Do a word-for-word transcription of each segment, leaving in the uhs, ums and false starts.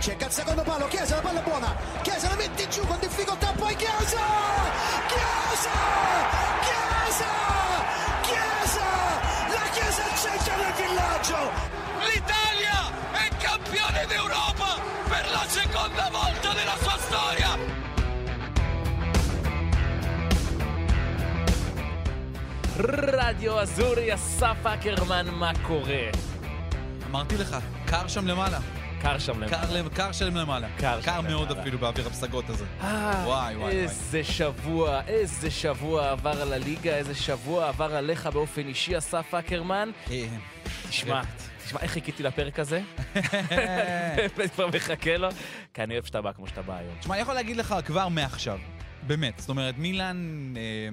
Cerca il secondo palo, Chiesa, la palla è buona, Chiesa la mette giù con difficoltà, poi Chiesa, Chiesa, Chiesa, Chiesa, la Chiesa al centro del villaggio. L'Italia è campione d'Europa per la seconda volta nella sua storia. רדיו אזורי, אסף אקרמן, מה קורה? אמרתי לך, קר שם למעלה. קר שם למעלה. קר שם למעלה. קר מאוד אפילו באוויר הפסגות הזה. וואי וואי. איזה שבוע, איזה שבוע עבר על הליגה, איזה שבוע עבר עליך באופן אישי, אסף אקרמן. תשמע, תשמע, איך חיכיתי לפרק הזה? באמת כבר מחכה לו, כי אני אוהב שאתה בא כמו שאתה בא היום. תשמע, אני יכול להגיד לך כבר מעכשיו, באמת, זאת אומרת, מילאן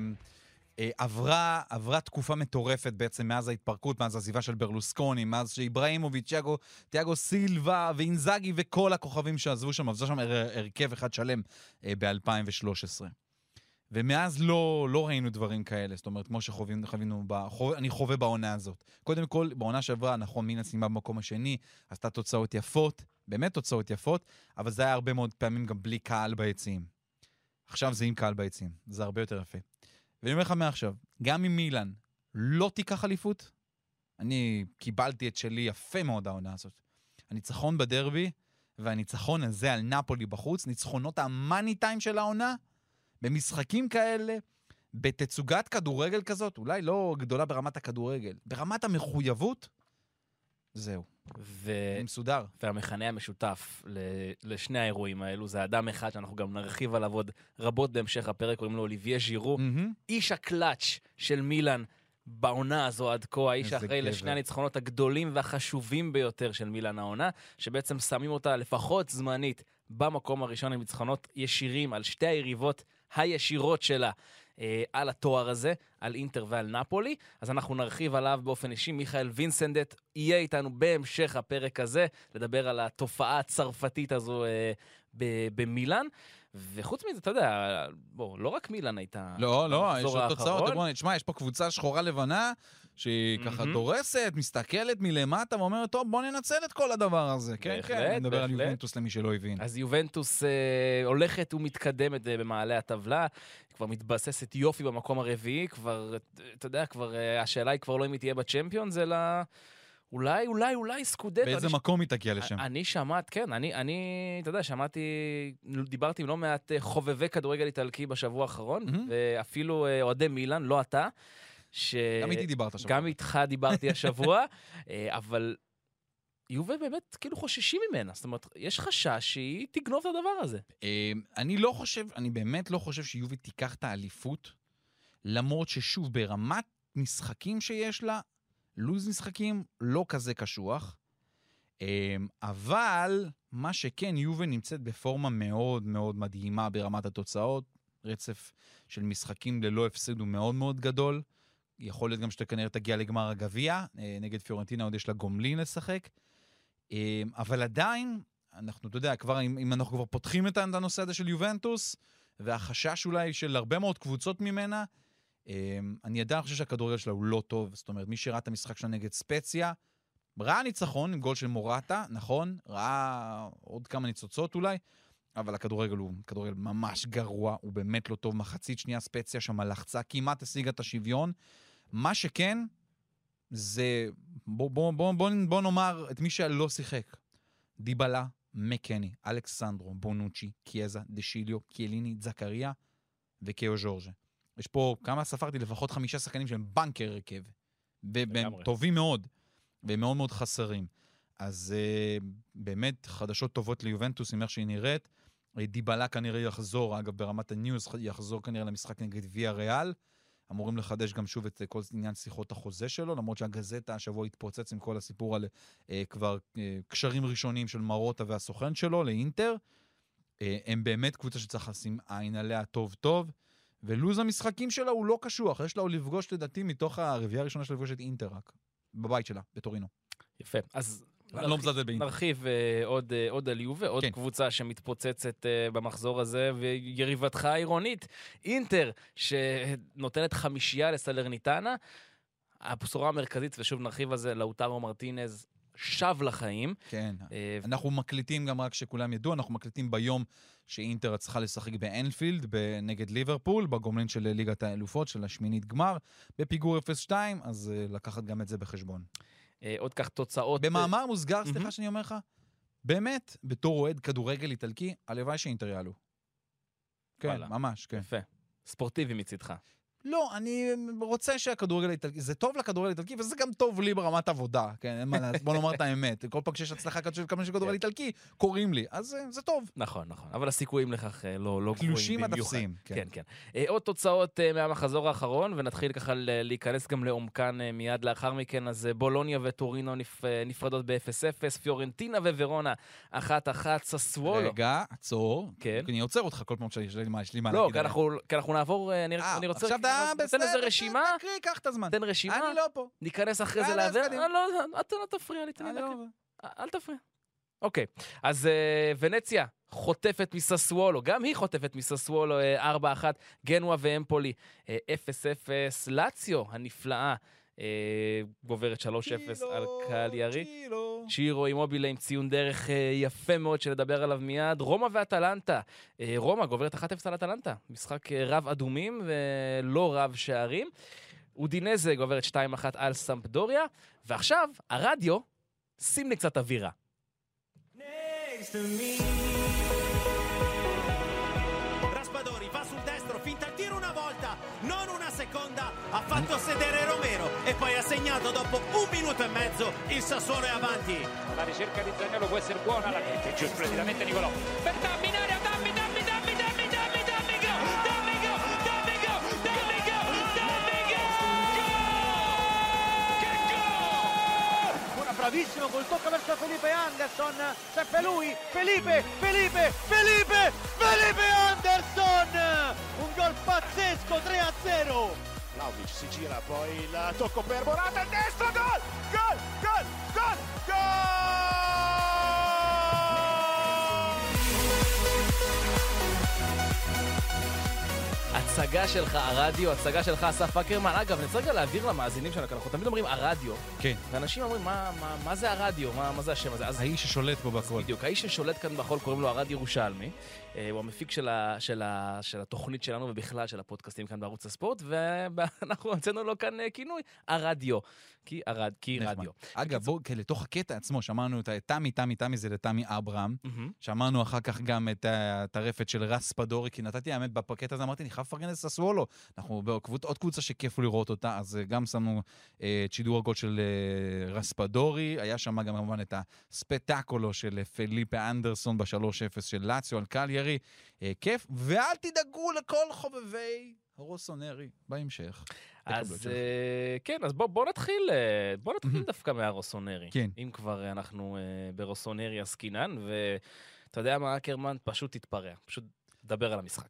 עברה, עברה תקופה מטורפת בעצם מאז ההתפרקות, מאז העזיבה של ברלוסקוני, מאז שאיברהימוביץ', תיאגו, תיאגו סילבה ואינזאגי וכל הכוכבים שעזבו שם, עזבו שם הרכב אחד שלם ב-אלפיים ושלוש עשרה. ומאז לא, לא ראינו דברים כאלה, זאת אומרת, כמו שחווינו, אני חווה בעונה הזאת. קודם כל, בעונה שעברה, נכון, מילאן סיימה במקום השני, עשתה תוצאות יפות, באמת תוצאות יפות, אבל זה היה הרבה מאוד פעמים גם בלי קהל ביציעים. עכשיו זה עם קהל ביציעים, זה הרבה יותר יפה. ואני אומר לך מעכשיו, גם אם מילאן לא תיקח אליפות, אני קיבלתי את שלי יפה מאוד העונה הזאת. הניצחון בדרבי, והניצחון הזה על נפולי בחוץ, ניצחונות המאני טיים של העונה, במשחקים כאלה, בתצוגת כדורגל כזאת, אולי לא גדולה ברמת הכדורגל, ברמת המחויבות, זהו. ו... מסודר. והמכנה המשותף לשני האירועים האלו, זה אדם אחד שאנחנו גם נרחיב עליו עוד רבות בהמשך הפרק, קוראים לו אוליביה ז'ירו, mm-hmm. איש הקלאץ' של מילאן בעונה הזו עד כה, האיש אחראי לשני הניצחונות הגדולים והחשובים ביותר של מילאן העונה, שבעצם שמים אותה לפחות זמנית במקום הראשון עם ניצחונות ישירים על שתי היריבות הישירות שלה. על התואר הזה, על אינטר ועל נפולי, אז אנחנו נרחיב עליו באופן אישי. מיכאל וינסנדט יהיה איתנו בהמשך הפרק הזה, לדבר על התופעה הצרפתית הזו אה, במילאן, וחוץ מזה, אתה יודע, בוא, לא רק מילאן הייתה... לא, לא, יש עוד תוצאות, תשמע, יש פה קבוצה שחורה לבנה, שהיא ככה דורסת, מסתכלת מלמטה, ואומרת, טוב, בוא ננצל את כל הדבר הזה. כן, כן, אני מדבר על יובנטוס למי שלא הבין. אז יובנטוס הולכת ומתקדמת במעלה הטבלה, כבר מתבססת יופי במקום הרביעי, כבר, אתה יודע, כבר, השאלה היא כבר לא אם היא תהיה בצ'מפיונס, אלא אולי, אולי, אולי סקודטו. באיזה מקום היא תגיע לשם? אני שמעת, כן, אני, אני, אתה יודע, שמעתי, דיברתי עם לא מעט חובבי כדורגל איטלקי בשבוע האחרון, ואפילו אוהדי מילאן, לא אתה, ש... גם איתי דיברת השבוע. גם איתך דיברתי השבוע, אבל יובל באמת כאילו חוששים ממנה, זאת אומרת, יש חשש שהיא תגנוב את הדבר הזה. אני לא חושב, אני באמת לא חושב שיובל תיקח את האליפות, למרות ששוב, ברמת משחקים שיש לה, לוז משחקים לא כזה קשוח, אבל מה שכן, יובל נמצאת בפורמה מאוד מאוד מדהימה ברמת התוצאות, רצף של משחקים ללא הפסד הוא מאוד מאוד גדול, יכול להיות גם שאתה כנראה תגיע לגמר הגביע, נגד פיורנטינה עוד יש לה גומלין לשחק, אבל עדיין, אנחנו, אתה יודע, כבר, אם, אם אנחנו כבר פותחים את הנושא הזה של יובנטוס, והחשש אולי של הרבה מאוד קבוצות ממנה, אני עדיין חושב שהכדורגל שלה הוא לא טוב, זאת אומרת, מי שראה את המשחק שלה נגד ספציה, ראה ניצחון עם גול של מורטה, נכון, ראה עוד כמה ניצוצות אולי, אבל הכדורגל הוא כדורגל ממש גרוע, הוא באמת לא טוב, מחצית שנייה ספציה שם לחצה, כמעט השיגה את השוויון, מה שכן, זה, בוא, בוא, בוא, בוא, בוא נאמר את מי שלא שיחק, דיבלה, מקני, אלכסנדרו, בונוצ'י, קיאזה, דשיליו, קיאליני, זקריה וקאו ז'ורג'ה. יש פה כמה ספרתי, לפחות חמישה שחקנים שהם בנקר רכב, והם טובים מאוד, והם מאוד מאוד חסרים. אז uh, באמת חדשות טובות ליובנטוס, עם איך שהיא נראית. דיבלה כנראה יחזור, אגב ברמת הניוז, יחזור כנראה למשחק נגד ויה ריאל. אמורים לחדש גם שוב את כל עניין שיחות החוזה שלו, למרות שהגזטה השבוע התפוצץ עם כל הסיפור על uh, כבר uh, קשרים ראשונים של מרוטה והסוכן שלו לאינטר. Uh, הם באמת קבוצה שצריך לשים עין עליה טוב טוב. ולוז המשחקים שלה הוא לא קשוח, יש לה לפגוש לדעתי מתוך הרביעייה הראשונה של לפגוש את אינטר רק, בבית שלה, בטורינו. יפה, אז לא מזלזל באינטר. נרחיב uh, עוד, uh, עוד על יובה, עוד כן. קבוצה שמתפוצצת uh, במחזור הזה, ויריבתך העירונית, אינטר, שנותנת חמישייה לסלרניטנה, הבשורה המרכזית, ושוב נרחיב על זה, לאוטרו מרטינז, שב לחיים. כן, אנחנו מקליטים גם רק שכולם ידעו, אנחנו מקליטים ביום שאינטר צריכה לשחק באנפילד, נגד ליברפול, בגומלין של ליגת האלופות, של השמינית גמר, בפיגור אפס שתיים, אז לקחת גם את זה בחשבון. עוד כך תוצאות... במאמר מוסגר, סליחה שאני אומר לך, באמת, בתור אוהד כדורגל איטלקי, הלוואי שאינטר יעלו. כן, ממש, כן. יפה. ספורטיבי מצדך. לא, אני רוצה שהכדורגל האיטלקי, זה טוב לכדורגל האיטלקי, וזה גם טוב לי ברמת עבודה, כן, אין מה לעשות, בוא נאמר את האמת. כל פעם כשיש הצלחה כמה שכדורגל איטלקי, קוראים לי, אז זה טוב. נכון, נכון, אבל הסיכויים לכך לא גבוהים במיוחד. קלושים עד אפסיים. כן, כן. עוד תוצאות מהמחזור האחרון, ונתחיל ככה להיכנס גם לעומקן מיד לאחר מכן, אז בולוניה וטורינו נפרדות ב-אפס אפס, פיורנטינה וורונה אחת אחת, ססוולו. רגע, עצור. אני עוצר אותך כל פעם שיש לי מה להגיד. לא, כי אנחנו נעבור, אני רוצה תן איזה רשימה. תקריא, קח את הזמן. תן רשימה. אני לא פה. ניכנס אחרי זה לעבר. לא, אתה לא תפריע לי, תן לי דקה. אל תפריע. אוקיי, אז ונציה חוטפת מססוולו, גם היא חוטפת מססוולו ארבע אחת, גנואה ואמפולי אפס אפס, לאציו הנפלאה גוברת שלוש אפס על קליארי. צ'ירו אימובילה עם ציון דרך יפה מאוד שלדבר עליו מיד. רומא ואטלנטה. רומא גוברת אחת אפס על אטלנטה. משחק רב אדומים ולא רב שערים. אודינזה גוברת שתיים אחת על סמפדוריה. ועכשיו, הרדיו, שים לי קצת אווירה. Next to me. Raspadori va sul destro, finta il tiro una volta, non una seconda, ha fatto sedere Romero e poi ha segnato dopo un minuto e mezzo, il Sassuolo è avanti. La ricerca di Zaniolo può essere buona, la mette giù splendidamente Nicolò. Per Dammi in area, Dammi, Dammi, Dammi, Dammi, Dammi, Dammi, go, Dammi, go, Dammi, go, Dammi, go, Dammi, go, che gol! Una bravissimo col tocco verso Felipe Anderson, sempre lui, Felipe, Felipe, Felipe, Felipe Anderson! Un gol pazzesco, tre a zero! Vlahovic si gira, poi il tocco per Morata, il destro, gol! Gol! Gol! Gol! Gol! הצגה שלך, הרדיו, הצגה שלך, אסף אקרמן. אגב, אני צריך רגע להעביר למאזינים שלנו, אנחנו תמיד אומרים הרדיו. כן. ואנשים אומרים, מה, מה, מה זה הרדיו? מה, מה זה השם הזה? אז... האיש ששולט פה בכל. בדיוק, האיש ששולט כאן בכל, קוראים לו הרדיו ירושלמי. הוא המפיק של, ה, של, ה, של התוכנית שלנו ובכלל של הפודקאסטים כאן בערוץ הספורט, ואנחנו המצאנו לו כאן כינוי, הרדיו. כי, הרד, כי רדיו. אגב, בוא, לתוך הקטע עצמו, שמענו את תמי, תמי, תמי זה לתמי אברהם. שמענו אחר כך גם את הטרפת של רספדורי, כי נתתי האמת בפקט הזה, אמרתי, אני חייב לפרגן את ססוולו. אנחנו בעוד קבוצה שכיף לראות אותה, אז גם שמנו את שידור הגול של רספדורי, היה שם גם כמובן את הספטקולו של פליפה אנדרסון ב-שלוש אפס של לאציו על קליארי. כיף, ואל תדאגו לכל חובבי הרוסונרי בהמשך. אז כן, אז בוא נתחיל, בוא נתחיל דווקא מהרוסונרי. אם כבר אנחנו ברוסונרי עסקינן, ואתה יודע מה, אקרמן, פשוט תתפרע, פשוט דבר על המשחק.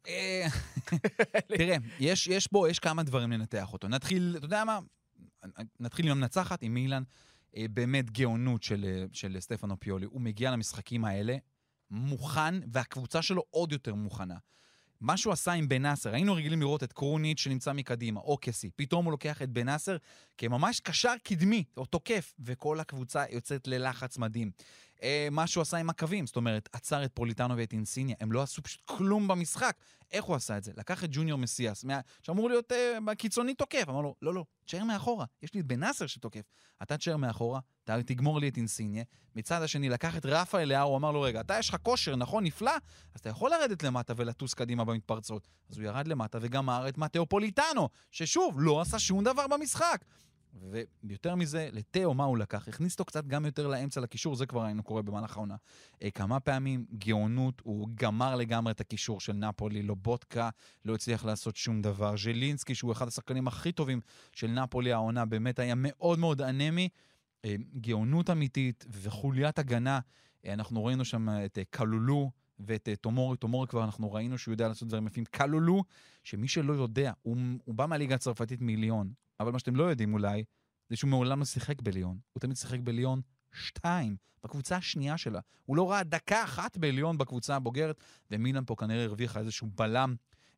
תראה, יש בו, יש כמה דברים לנתח אותו. נתחיל, אתה יודע מה, נתחיל עם המנצחת, עם מילאן, באמת גאונות של סטפנו פיולי. הוא מגיע למשחקים האלה מוכן, והקבוצה שלו עוד יותר מוכנה. מה שהוא עשה עם בנאסר, היינו רגילים לראות את קרוניץ' שנמצא מקדימה, או קסי, פתאום הוא לוקח את בנאסר כממש קשר קדמי, או תוקף, וכל הקבוצה יוצאת ללחץ מדהים. אה, מה שהוא עשה עם הקווים, זאת אומרת, עצר את פוליטאנו ואת אינסיניה, הם לא עשו פשוט כלום במשחק. איך הוא עשה את זה? לקח את ג'וניור מסיאס, מה... שאמור להיות אה, קיצוני תוקף, אמר לו, לא, לא, תשאר מאחורה, יש לי את בנאסר שתוקף, אתה תשאר מאחורה, אתה תגמור לי את אינסיניה, מצד השני לקח את רפאל לאהו, הוא אמר לו, רגע, אתה יש לך כושר, נכון, נפלא, אז אתה יכול לרדת למטה ולטוס קדימה במתפרצות. אז הוא ירד למטה וגמר את מתאו פוליטאנו, ששוב, לא עשה שום דבר במשחק. ויותר מזה, לטאו מה הוא לקח? הכניס אותו קצת גם יותר לאמצע לקישור, זה כבר היינו קורא במהלך העונה. כמה פעמים גאונות, הוא גמר לגמרי את הקישור של נפולי, לא בוטקה, לא הצליח לעשות שום דבר. ז'לינסקי, שהוא אחד השחקנים הכי טובים של נפולי העונה, באמת היה מאוד מאוד אנמי, גאונות אמיתית וחוליית הגנה. אנחנו ראינו שם את קלולו ואת תומורי, תומורי כבר אנחנו ראינו שהוא יודע לעשות דברים יפים. קלולו, שמי שלא יודע, הוא, הוא בא מהליגה הצרפתית מיליון, אבל מה שאתם לא יודעים אולי, זה שהוא מעולם לא שיחק בליון. הוא תמיד שיחק בליון שתיים, בקבוצה השנייה שלה. הוא לא ראה דקה אחת בליון בקבוצה הבוגרת, ומילאן פה כנראה הרוויחה איזשהו בלם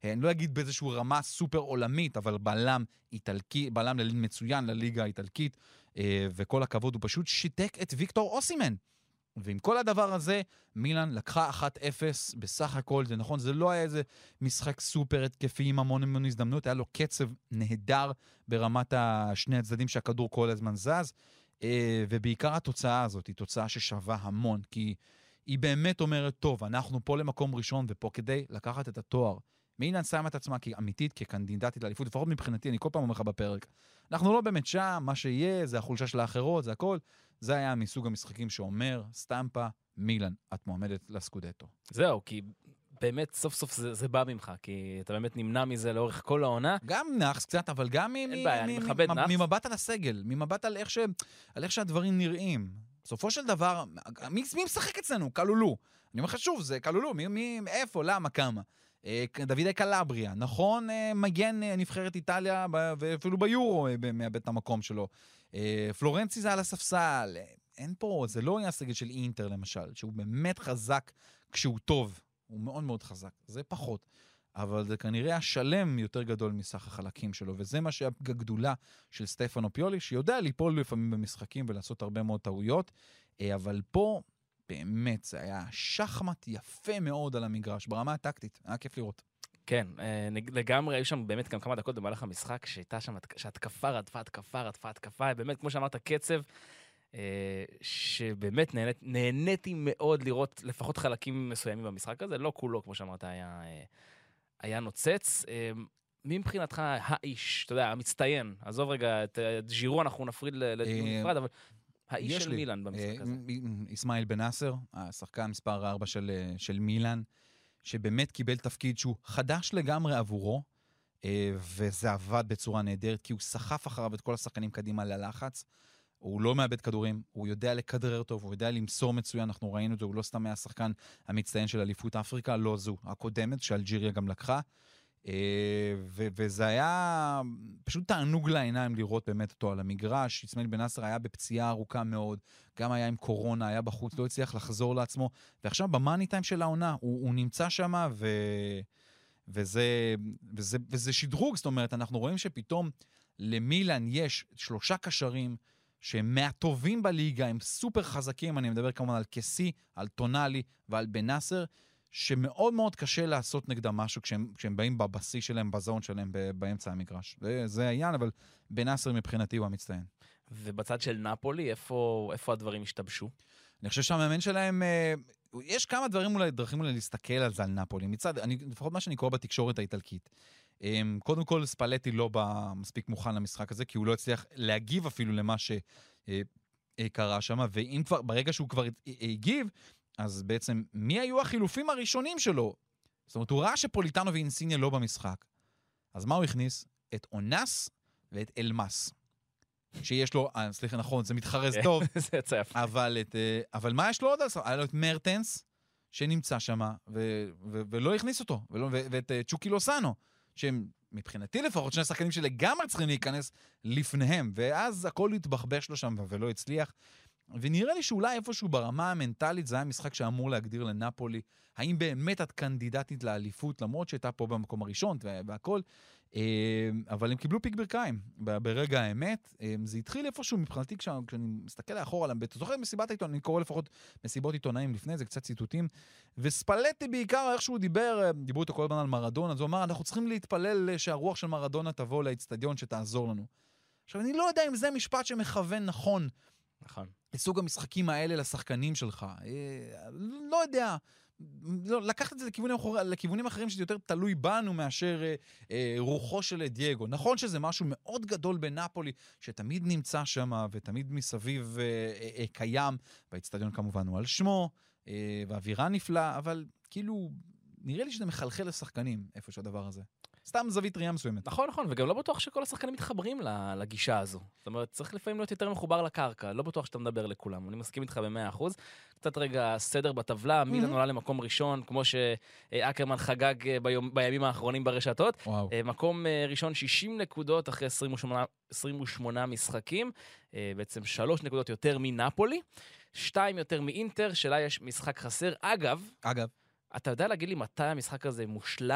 אני לא אגיד באיזשהו רמה סופר עולמית, אבל בלם איטלקי, בלם מצוין לליגה האיטלקית, וכל הכבוד הוא פשוט שיתק את ויקטור אוסימן. ועם כל הדבר הזה, מילאן לקחה אחת אפס בסך הכל, זה נכון, זה לא היה איזה משחק סופר התקפי עם המון המון הזדמנות, היה לו קצב נהדר ברמת שני הצדדים שהכדור כל הזמן זז, ובעיקר התוצאה הזאת היא תוצאה ששווה המון, כי היא באמת אומרת, טוב, אנחנו פה למקום ראשון ופה כדי לקחת את התואר. מילאן שם את עצמה כאמיתית, כקנדידטית לאליפות, לפחות מבחינתי, אני כל פעם אומר לך בפרק. אנחנו לא באמת שם, מה שיהיה, זה החולשה של האחרות, זה הכל. זה היה מסוג המשחקים שאומר, סטמפה, מילאן, את מועמדת לסקודטו. זהו, כי באמת סוף סוף זה, זה בא ממך, כי אתה באמת נמנע מזה לאורך כל העונה. גם נחס קצת, אבל גם ממבט על הסגל, ממבט על איך, ש... על איך שהדברים נראים. בסופו של דבר, מי, מי משחק אצלנו? קלולו. אני אומר לך שוב, זה קלולו, מי, מי, איפה, למה, כמה? דוידי קלבריה, נכון, מגן נבחרת איטליה, ואפילו ביורו מאבד את המקום שלו. פלורנצי זה על הספסל, אין פה, זה לא היה סגל של אינטר למשל, שהוא באמת חזק כשהוא טוב, הוא מאוד מאוד חזק, זה פחות, אבל זה כנראה השלם יותר גדול מסך החלקים שלו, וזה מה שהגדולה של סטפנו פיולי, שיודע ליפול לפעמים במשחקים ולעשות הרבה מאוד טעויות, אבל פה באמת זה היה שחמט יפה מאוד על המגרש, ברמה הטקטית, היה כיף לראות. כן, לגמרי, היו שם באמת גם כמה דקות במהלך המשחק, שהייתה שם, שהתקפה רדפה, התקפה רדפה, התקפה, באמת, כמו שאמרת, קצב, שבאמת נהניתי מאוד לראות לפחות חלקים מסוימים במשחק הזה, לא כולו, כמו שאמרת, היה, היה נוצץ. מי מבחינתך האיש, אתה יודע, המצטיין, עזוב רגע, את ג'ירו אנחנו נפריד לדיון נפרד, אבל האיש של מילאן במשחק הזה. איסמעיל בן נאסר, השחקן מספר ארבע של, של מילאן, שבאמת קיבל תפקיד שהוא חדש לגמרי עבורו, וזה עבד בצורה נהדרת, כי הוא סחף אחריו את כל השחקנים קדימה ללחץ, הוא לא מאבד כדורים, הוא יודע לקדרר טוב, הוא יודע למסור מצוין, אנחנו ראינו את זה, הוא לא סתם היה שחקן המצטיין של אליפות אפריקה, לא זו, הקודמת, שאלג'יריה גם לקחה, ו- וזה היה פשוט תענוג לעיניים לראות באמת אותו על המגרש. איסמעיל בן נאסר היה בפציעה ארוכה מאוד, גם היה עם קורונה, היה בחוץ, לא הצליח לחזור לעצמו, ועכשיו במאני טיים של העונה, הוא, הוא נמצא שם, ו... וזה, וזה, וזה שדרוג, זאת אומרת, אנחנו רואים שפתאום למילאן יש שלושה קשרים שהם מהטובים בליגה, הם סופר חזקים, אני מדבר כמובן על קסי, על טונאלי ועל בן נאסר, שמאוד מאוד קשה לעשות נגדם משהו כשהם, כשהם באים בבסיס שלהם, בזון שלהם, באמצע המגרש. זה, זה העניין, אבל בן נאסר מבחינתי הוא המצטיין. ובצד של נפולי, איפה, איפה הדברים השתבשו? אני חושב שהמאמן שלהם, יש כמה דברים אולי, דרכים אולי להסתכל על זה על נפולי. מצד, אני, לפחות מה שאני קורא בתקשורת האיטלקית. קודם כל, ספלטי לא בא מספיק מוכן למשחק הזה, כי הוא לא הצליח להגיב אפילו למה שקרה שם, ואם כבר, ברגע שהוא כבר הגיב, אז בעצם, מי היו החילופים הראשונים שלו? זאת אומרת, הוא ראה שפוליטאנו ואינסיניה לא במשחק. אז מה הוא הכניס? את אונס ואת אלמאס. שיש לו, סליחה, נכון, זה מתחרז טוב. זה יצא יפה. אבל, את, אבל מה יש לו עוד? היה לו את מרטנס, שנמצא שם, ו, ו, ולא הכניס אותו, ולא, ו, ואת צ'וקי לוסאנו, שהם מבחינתי לפחות שני שחקנים שלגמרי צריכים להיכנס לפניהם, ואז הכל התבחבש לו שם ולא הצליח. ונראה לי שאולי איפשהו ברמה המנטלית זה היה משחק שאמור להגדיר לנפולי, האם באמת את קנדידטית לאליפות, למרות שהייתה פה במקום הראשון והכל, אבל הם קיבלו פיק ברכיים ברגע האמת. זה התחיל איפשהו מבחינתי כשאני מסתכל לאחור עליהם, בתוכנית מסיבת העיתון, אני קורא לפחות מסיבות עיתונאים לפני זה, קצת ציטוטים, וספלטי בעיקר איך שהוא דיבר, דיברו איתו כל הזמן על מרדונה, אז הוא אמר, אנחנו צריכים להתפלל שהרוח של מרדונה תבוא לאצטדיון שתעזור לנו. עכשיו, אני לא יודע אם זה משפט שמכוון נכון, נכון. לסוג המשחקים האלה לשחקנים שלך. לא יודע, לקחת את זה לכיוונים, לכיוונים אחרים שזה יותר תלוי בנו מאשר אה, אה, רוחו של דייגו. נכון שזה משהו מאוד גדול בנפולי, שתמיד נמצא שם ותמיד מסביב אה, אה, אה, קיים, והאצטדיון כמובן הוא על שמו, אה, והאווירה נפלאה, אבל כאילו נראה לי שזה מחלחל לשחקנים איפה שהדבר הזה. סתם זווית ראייה מסוימת. נכון, נכון, וגם לא בטוח שכל השחקנים מתחברים לגישה הזו. זאת אומרת, צריך לפעמים להיות יותר מחובר לקרקע, לא בטוח שאתה מדבר לכולם. אני מסכים איתך ב-מאה אחוז. קצת רגע סדר בטבלה, מילאן עולה למקום ראשון, כמו שאקרמן חגג ביום, בימים האחרונים ברשתות. וואו. מקום ראשון שישים נקודות אחרי עשרים ושמונה משחקים, בעצם שלוש נקודות יותר מנפולי, שתיים יותר מאינטר, שלה יש משחק חסר. אגב, אגב, אתה יודע להגיד לי מתי המשחק הזה מושלם?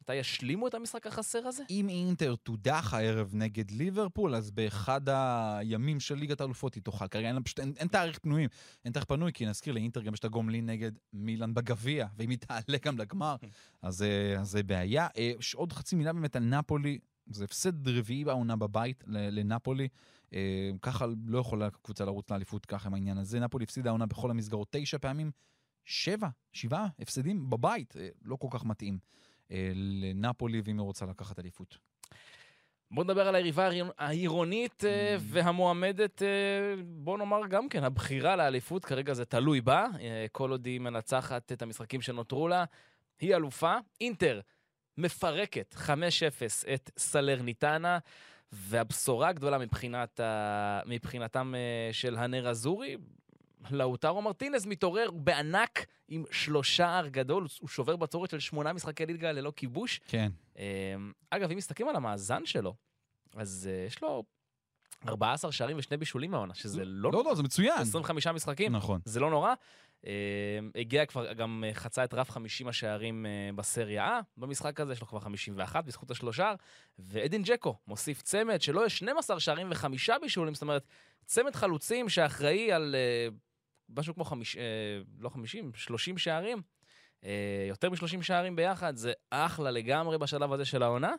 מתי ישלימו את המשחק החסר הזה? אם אינטר תודח הערב נגד ליברפול, אז באחד הימים של ליגת האלופות היא תוכל. כרגע אין, פשוט, אין, אין תאריך פנויים, אין תאריך פנוי, כי נזכיר לאינטר גם יש את הגומלין נגד מילאן בגביע, ואם היא תעלה גם לגמר, אז, אז זה בעיה. עוד חצי מילה באמת על נפולי, זה הפסד רביעי בעונה בבית לנפולי, ככה לא יכולה קבוצה לרוץ לאליפות ככה עם העניין הזה. נפולי הפסידה העונה בכל המסגרות תשע פעמים, שבע, שבעה הפסדים בבית, לא כל כך מתאים לנפולי, ואם היא רוצה לקחת אליפות. בוא נדבר על היריבה העירונית והמועמדת, בוא נאמר גם כן, הבחירה לאליפות, כרגע זה תלוי בה, כל עוד היא מנצחת את המשחקים שנותרו לה, היא אלופה. אינטר מפרקת חמש אפס את סלרניטנה, והבשורה הגדולה מבחינת ה... מבחינתם של הנר אזורי, לאוטרו מרטינז מתעורר בענק עם שלושה אר גדול, הוא שובר בצורת של שמונה משחקי ליגה ללא כיבוש. כן. אגב, אם מסתכלים על המאזן שלו, אז יש לו ארבעה עשר שערים ושני בישולים מהעונה, שזה לא... לא, לא, זה מצוין. עשרים וחמישה משחקים. נכון. זה לא נורא. הגיע כבר, גם חצה את רף חמישים השערים בסריה A, במשחק הזה יש לו כבר חמישים ואחת בזכות השלושה, ואדין ג'קו מוסיף צמד שלו יש שנים עשר שערים וחמישה בישולים, זאת אומרת, צמד חלוצים שאחראי על משהו כמו חמיש, לא חמישים, שלושים שערים, יותר מ-שלושים שערים ביחד, זה אחלה לגמרי בשלב הזה של העונה,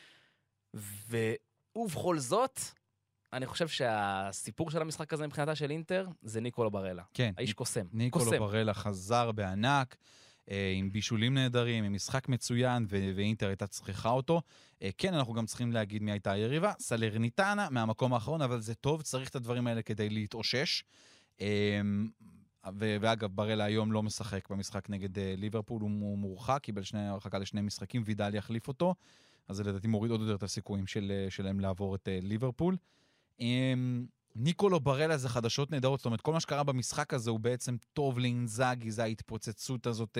ובכל זאת, אני חושב שהסיפור של המשחק הזה מבחינתה של אינטר, זה ניקולו ברלה. כן. האיש קוסם. ניקולו קוסם. ברלה חזר בענק, עם בישולים נהדרים, עם משחק מצוין, ו- ואינטר הייתה צריכה אותו. כן, אנחנו גם צריכים להגיד מי הייתה היריבה, סלרניטנה מהמקום האחרון, אבל זה טוב, צריך את הדברים האלה כדי להתאושש. ו- ואגב, ברלה היום לא משחק במשחק נגד ליברפול, הוא מורחק, קיבל שני הרחקה לשני משחקים, וידל יחליף אותו, אז זה לדעתי מוריד עוד יותר את הסיכויים של- שלהם לעבור את ליברפול. ניקולו ברלה זה חדשות נהדרות, זאת אומרת, כל מה שקרה במשחק הזה הוא בעצם טוב לאינזאגי, זה ההתפוצצות הזאת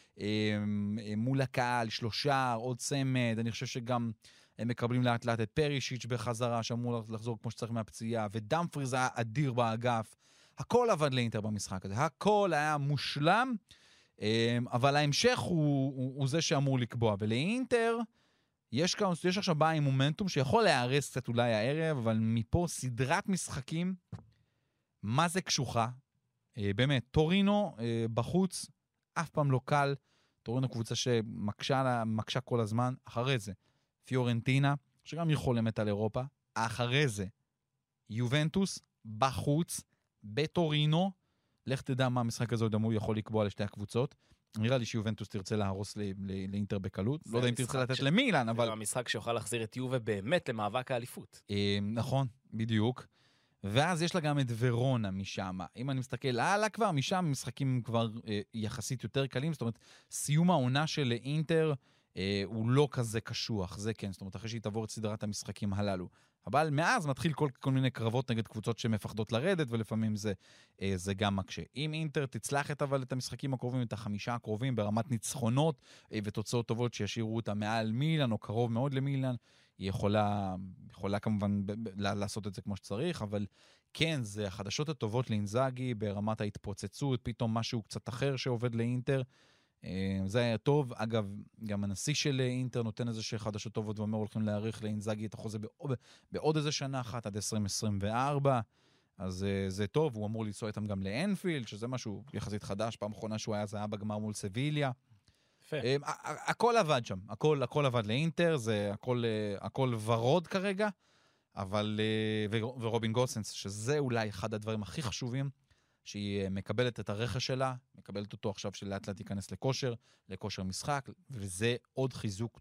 מול הקהל, שלושה, עוד צמד, אני חושב שגם הם מקבלים לאט לאט את פרישיץ' בחזרה, שאמור לחזור כמו שצריך מהפציעה, ודמפריז היה אדיר באגף, הכל עבד לאינטר במשחק הזה, הכל היה מושלם, אבל ההמשך הוא, הוא, הוא זה שאמור לקבוע, ולאינטר, יש, יש עכשיו באה עם מומנטום שיכול להיערס קצת אולי הערב, אבל מפה סדרת משחקים, מה זה קשוחה? אה, באמת, טורינו אה, בחוץ, אף פעם לא קל, טורינו קבוצה שמקשה מקשה כל הזמן, אחרי זה, פיורנטינה, שגם היא חולמת על אירופה, אחרי זה, יובנטוס, בחוץ, בטורינו, לך תדע מה המשחק הזה עוד אמור יכול לקבוע לשתי הקבוצות, נראה לי שיובנטוס תרצה להרוס לאינטר בקלות. לא יודע אם תרצה לתת למילאן, אבל... זה המשחק שיוכל להחזיר את יובה באמת למאבק האליפות. נכון, בדיוק. ואז יש לה גם את ורונה משם. אם אני מסתכל הלאה כבר, משם משחקים כבר יחסית יותר קלים. זאת אומרת, סיום העונה של אינטר הוא לא כזה קשוח. זה כן, זאת אומרת, אחרי שהיא תעבור את סדרת המשחקים הללו. אבל מאז מתחיל כל, כל מיני קרבות נגד קבוצות שמפחדות לרדת, ולפעמים זה, זה גם מקשה. אם אינטר תצלחת אבל את המשחקים הקרובים, את החמישה הקרובים, ברמת ניצחונות ותוצאות טובות שישאירו אותה מעל מילאן, או קרוב מאוד למילאן, היא יכולה, יכולה כמובן ב- ב- לעשות את זה כמו שצריך, אבל כן, זה החדשות הטובות לאינזאגי ברמת ההתפוצצות, פתאום משהו קצת אחר שעובד לאינטר, זה היה טוב. אגב, גם הנשיא של אינטר נותן איזה שחדשות טובות ואומר, הולכים להאריך לאינזאגי את החוזה בעוד, בעוד איזה שנה אחת, עד עשרים עשרים וארבע, אז זה טוב, הוא אמור לנסוע איתם גם לאנפילד, שזה משהו יחסית חדש, פעם אחרונה שהוא היה, זה היה בגמר מול סביליה. יפה. הכל עבד שם, הכל, הכל עבד לאינטר, זה הכל, הכל ורוד כרגע, אבל, ורובין גוסנס, שזה אולי אחד הדברים הכי חשובים, שהיא מקבלת את הרכש שלה, מקבלת אותו עכשיו שלאט לאט ייכנס לכושר, לכושר משחק, וזה עוד חיזוק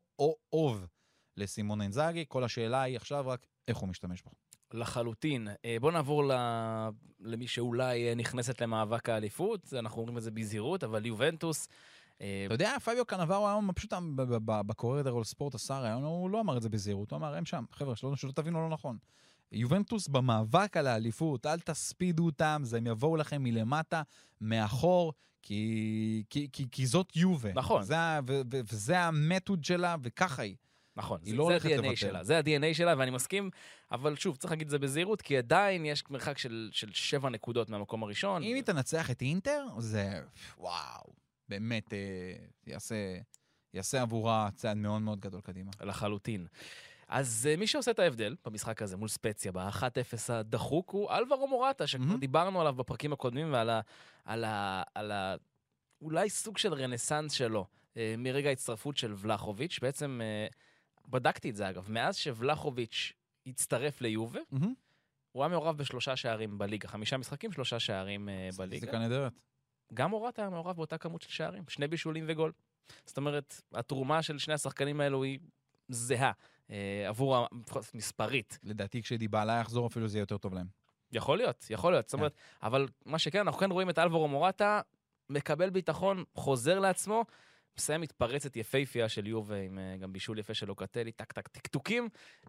טוב לסימון אינזאגי. כל השאלה היא עכשיו רק איך הוא משתמש בו. לחלוטין. בוא נעבור למי שאולי נכנסת למאבק האליפות, אנחנו אומרים את זה בזהירות, אבל יובנטוס... אתה יודע, פאביו קנברו היום פשוט בקוררידור ספורט עשר, הוא לא אמר את זה בזהירות, הוא אמר, הם שם, חבר'ה, שלא תבינו לא נכון. יובנטוס במאבק על האליפות, אל תספידו אותם, זה הם יבואו לכם מלמטה, מאחור, כי, כי, כי, כי זאת יובה. נכון. זה, ו, ו, וזה המתוד שלה, וככה היא. נכון, היא זה, לא זה הולכת ה-די אן איי לבטל. שלה, זה ה-די אן איי שלה, ואני מסכים, אבל שוב, צריך להגיד את זה בזהירות, כי עדיין יש מרחק של, של שבע נקודות מהמקום הראשון. אם היא תנצח את אינטר, זה, וואו, באמת, אה, יעשה, יעשה עבורה צעד מאוד מאוד גדול קדימה. לחלוטין. אז מי שעושה את ההבדל במשחק הזה מול ספציה, ב-אחת אפס הדחוק, הוא אלברו מורטה, שכבר דיברנו עליו בפרקים הקודמים, ועל ה... על ה... על ה... אולי סוג של רנסנס שלו, מרגע ההצטרפות של ולחוביץ'. בעצם בדקתי את זה אגב, מאז שוולחוביץ' הצטרף ליובה, הוא היה מעורב בשלושה שערים בליגה, חמישה משחקים, שלושה שערים בליגה. זה כנדרת. גם מורטה היה מעורב באותה כמות של שערים, שני בישולים וגול. זאת אומרת, התרומה של שני השחקנים האלו היא זהה, עבור המספרית. לדעתי כשדיבאלה יחזור אפילו זה יהיה יותר טוב להם. יכול להיות, יכול להיות. זאת אומרת, אבל מה שכן, אנחנו כן רואים את אלברו מורטה, מקבל ביטחון, חוזר לעצמו, מסיים מתפרצת יפהפייה של יובה, עם גם בישול יפה של לוקטלי, טק טק טקטוקים,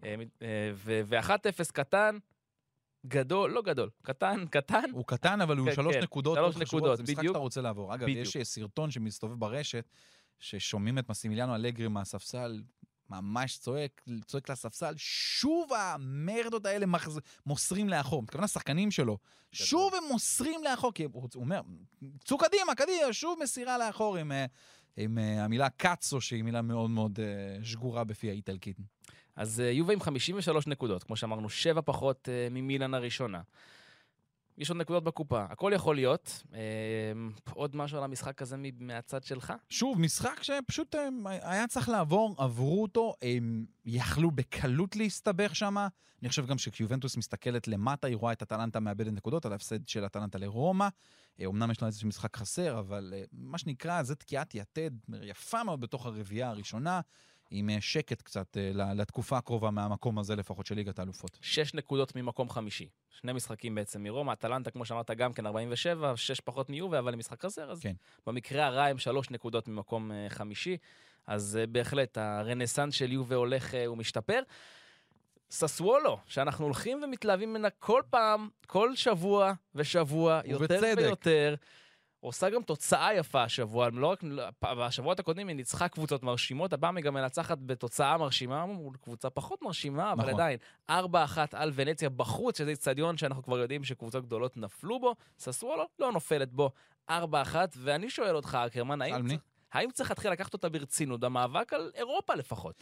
ו-אחת אפס קטן, גדול, לא גדול, קטן, קטן. הוא קטן, אבל הוא שלוש נקודות. שלוש נקודות, זה משחק שאתה רוצה לעבור. אגב, יש סרטון שמסתובב ברשת, ששומעים את מסימיליאנו אלגרי מהספסל, ממש צועק, צועק לספסל, שוב המרדות האלה מוסרים לאחור. מתכוון השחקנים שלו, שוב הם מוסרים לאחור, כי הוא אומר, צאו קדימה, קדימה, שוב מסירה לאחור עם, עם המילה קאצו, שהיא מילה מאוד מאוד שגורה בפי האיטלקית. אז יובה עם חמישים ושלוש נקודות, כמו שאמרנו, שבע פחות ממילאן הראשונה. יש עוד נקודות בקופה, הכל יכול להיות. אה, עוד משהו על המשחק הזה מהצד שלך? שוב, משחק שפשוט אה, היה צריך לעבור, עברו אותו, הם יכלו בקלות להסתבך שם. אני חושב גם שכשיובנטוס מסתכלת למטה, היא רואה את אטלנטה מאבדת נקודות, על ההפסד של אטלנטה לרומא. אה, אומנם יש לה איזשהו משחק חסר, אבל אה, מה שנקרא, זה תקיעת יתד יפה מאוד בתוך הרביעייה הראשונה, עם שקט קצת לתקופה הקרובה מהמקום הזה לפחות של ליגת האלופות. שש נקודות ממקום חמישי. שני משחקים בעצם מרומא, אטלנטה כמו שאמרת גם כן ארבעים ושבע, שש פחות מיובה, אבל למשחק חסר, אז כן. במקרה הרע הם שלוש נקודות ממקום חמישי, אז בהחלט הרנסנס של יובה הולך ומשתפר. ססוולו, שאנחנו הולכים ומתלהבים ממנה כל פעם, כל שבוע ושבוע, יותר ובצדק. ויותר, עושה גם תוצאה יפה השבוע, לא רק, בשבועות הקודמים היא ניצחה קבוצות מרשימות, הפעם היא גם מנצחת בתוצאה מרשימה, מול קבוצה פחות מרשימה, אבל נכון. עדיין, ארבע אחת על ונציה בחוץ, שזה אצטדיון שאנחנו כבר יודעים שקבוצות גדולות נפלו בו, ססוולו לא נופלת בו ארבע אחת, ואני שואל אותך, אקרמן, האם, צריך, האם צריך להתחיל לקחת אותה ברצינות, במאבק על אירופה לפחות?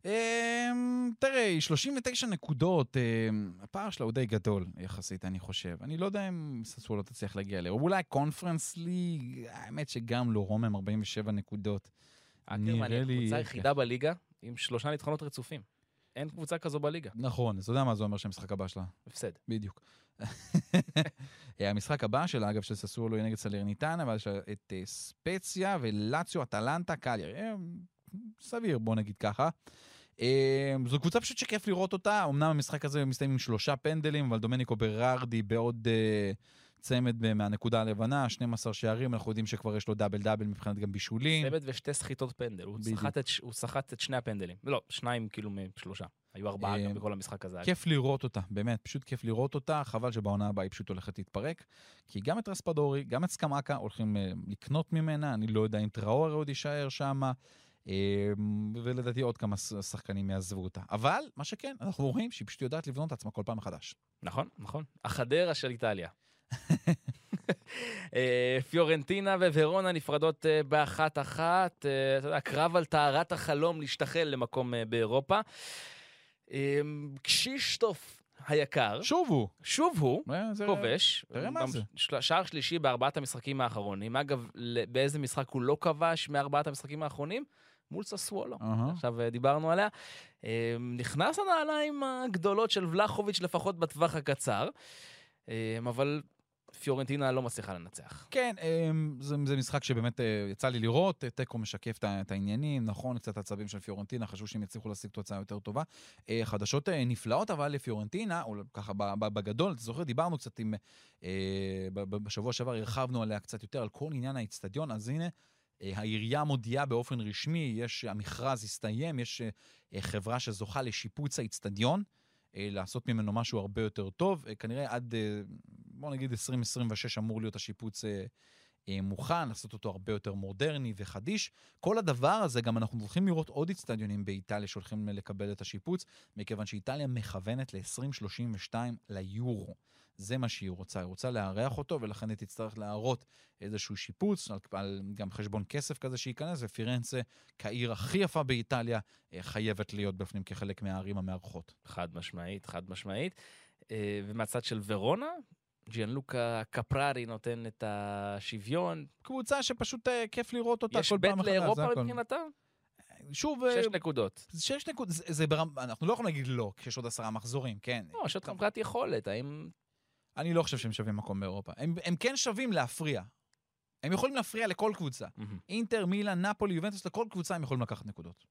תראה, שלושים ותשע נקודות, הפער שלה הוא די גדול יחסית, אני חושב. אני לא יודע אם ססוולו תצליח להגיע אליה. אולי קונפרנס ליג, האמת שגם לא רומם ארבעים ושבע נקודות. אקרמן היא הקבוצה היחידה בליגה עם שלושה ניצחונות רצופים. אין קבוצה כזו בליגה. נכון, אז אתה יודע מה זה אומר שהמשחק הבא שלה? הפסד. בדיוק. המשחק הבא שלה, אגב, של ססוולו היא נגד סלרניטנה, אבל יש את ספציה ולאציו, אטלנטה, קליארי. סביר, בוא נגיד ככה. זו קבוצה פשוט שכיף לראות אותה, אמנם המשחק הזה מסתיים עם שלושה פנדלים, אבל דומניקו ברארדי בעוד צמד מהנקודה הלבנה, שנים עשר שערים, אנחנו יודעים שכבר יש לו דאבל דאבל מבחינת גם בישולים. צמד ושתי סחיטות פנדל, הוא שחט את שני הפנדלים. לא, שניים כאילו משלושה. היו ארבעה גם בכל המשחק הזה. כיף לראות אותה, באמת, פשוט כיף לראות אותה, חבל שבעונה הבאה היא פשוט הולכת להתפרק, כי גם את רספדורי, גם את סקמאקה הולכים לקנות ממנה, אני לא יודע אם טראור עוד יישאר שם, ולדעתי עוד כמה שחקנים יעזבו אותה. אבל, מה שכן, אנחנו רואים שהיא פשוט יודעת לבנות את עצמה כל פעם מחדש. נכון, נכון. החדרה של איטליה. פיורנטינה וורונה נפרדות באחת אחת, אתה יודע, קרב על טהרת החלום להשתחל למקום באירופה. קשישטוף היקר. שוב הוא. שוב הוא, כובש. תראה מה זה. שער שלישי בארבעת המשחקים האחרונים. אגב, באיזה משחק הוא לא כבש מארבעת המשחקים האחרונים? מול ססוולו. עכשיו דיברנו עליה. נכנס הנעליים הגדולות של ולחוביץ' לפחות בטווח הקצר. אבל פיורנטינה לא מצליחה לנצח. כן, זה, זה משחק שבאמת יצא לי לראות, טקו משקף את העניינים, נכון, קצת הצבים של פיורנטינה, חשבו שהם יצליחו להשיג תוצאה יותר טובה. חדשות נפלאות, אבל לפיורנטינה, או ככה בגדול, אתה זוכר, דיברנו קצת עם, בשבוע שעבר הרחבנו עליה קצת יותר, על כל עניין האצטדיון, אז הנה, העירייה מודיעה באופן רשמי, יש, המכרז הסתיים, יש חברה שזוכה לשיפוץ האצטדיון, לעשות ממנו משהו הרבה יותר טוב, כנראה עד, בוא נגיד, עשרים עשרים ושש אמור להיות השיפוץ מוכן, לעשות אותו הרבה יותר מודרני וחדיש. כל הדבר הזה, גם אנחנו הולכים לראות עוד אצטדיונים באיטליה שהולכים לקבל את השיפוץ, מכיוון שאיטליה מכוונת ל-עשרים שלושים ושתיים ליורו. זה מה שהיא רוצה, היא רוצה להארח אותו, ולכן היא תצטרך להראות איזשהו שיפוץ, על, על גם חשבון כסף כזה שייכנס, ופירנצה, כעיר הכי יפה באיטליה, חייבת להיות בפנים כחלק מהערים המארחות. חד משמעית, חד משמעית. ומהצד של ורונה, ג'יאנלוקה קפררי נותן את השוויון. קבוצה שפשוט uh, כיף לראות אותה יש כל בית פעם אחרי. לאירופה מבחינתה? שוב... שש נקודות. שש נקודות, זה, זה ברמ... אנחנו לא יכולים להגיד לא, כשיש עוד עשרה מחזורים, כן. לא, יש עוד מבחינת יכולת, האם... אני לא חושב שהם שווים מקום באירופה. הם, הם כן שווים להפריע. הם יכולים להפריע לכל קבוצה. Mm-hmm. אינטר, מילאן, נפולי, יובנטוס, לכל קבוצה הם יכולים לקחת נקודות.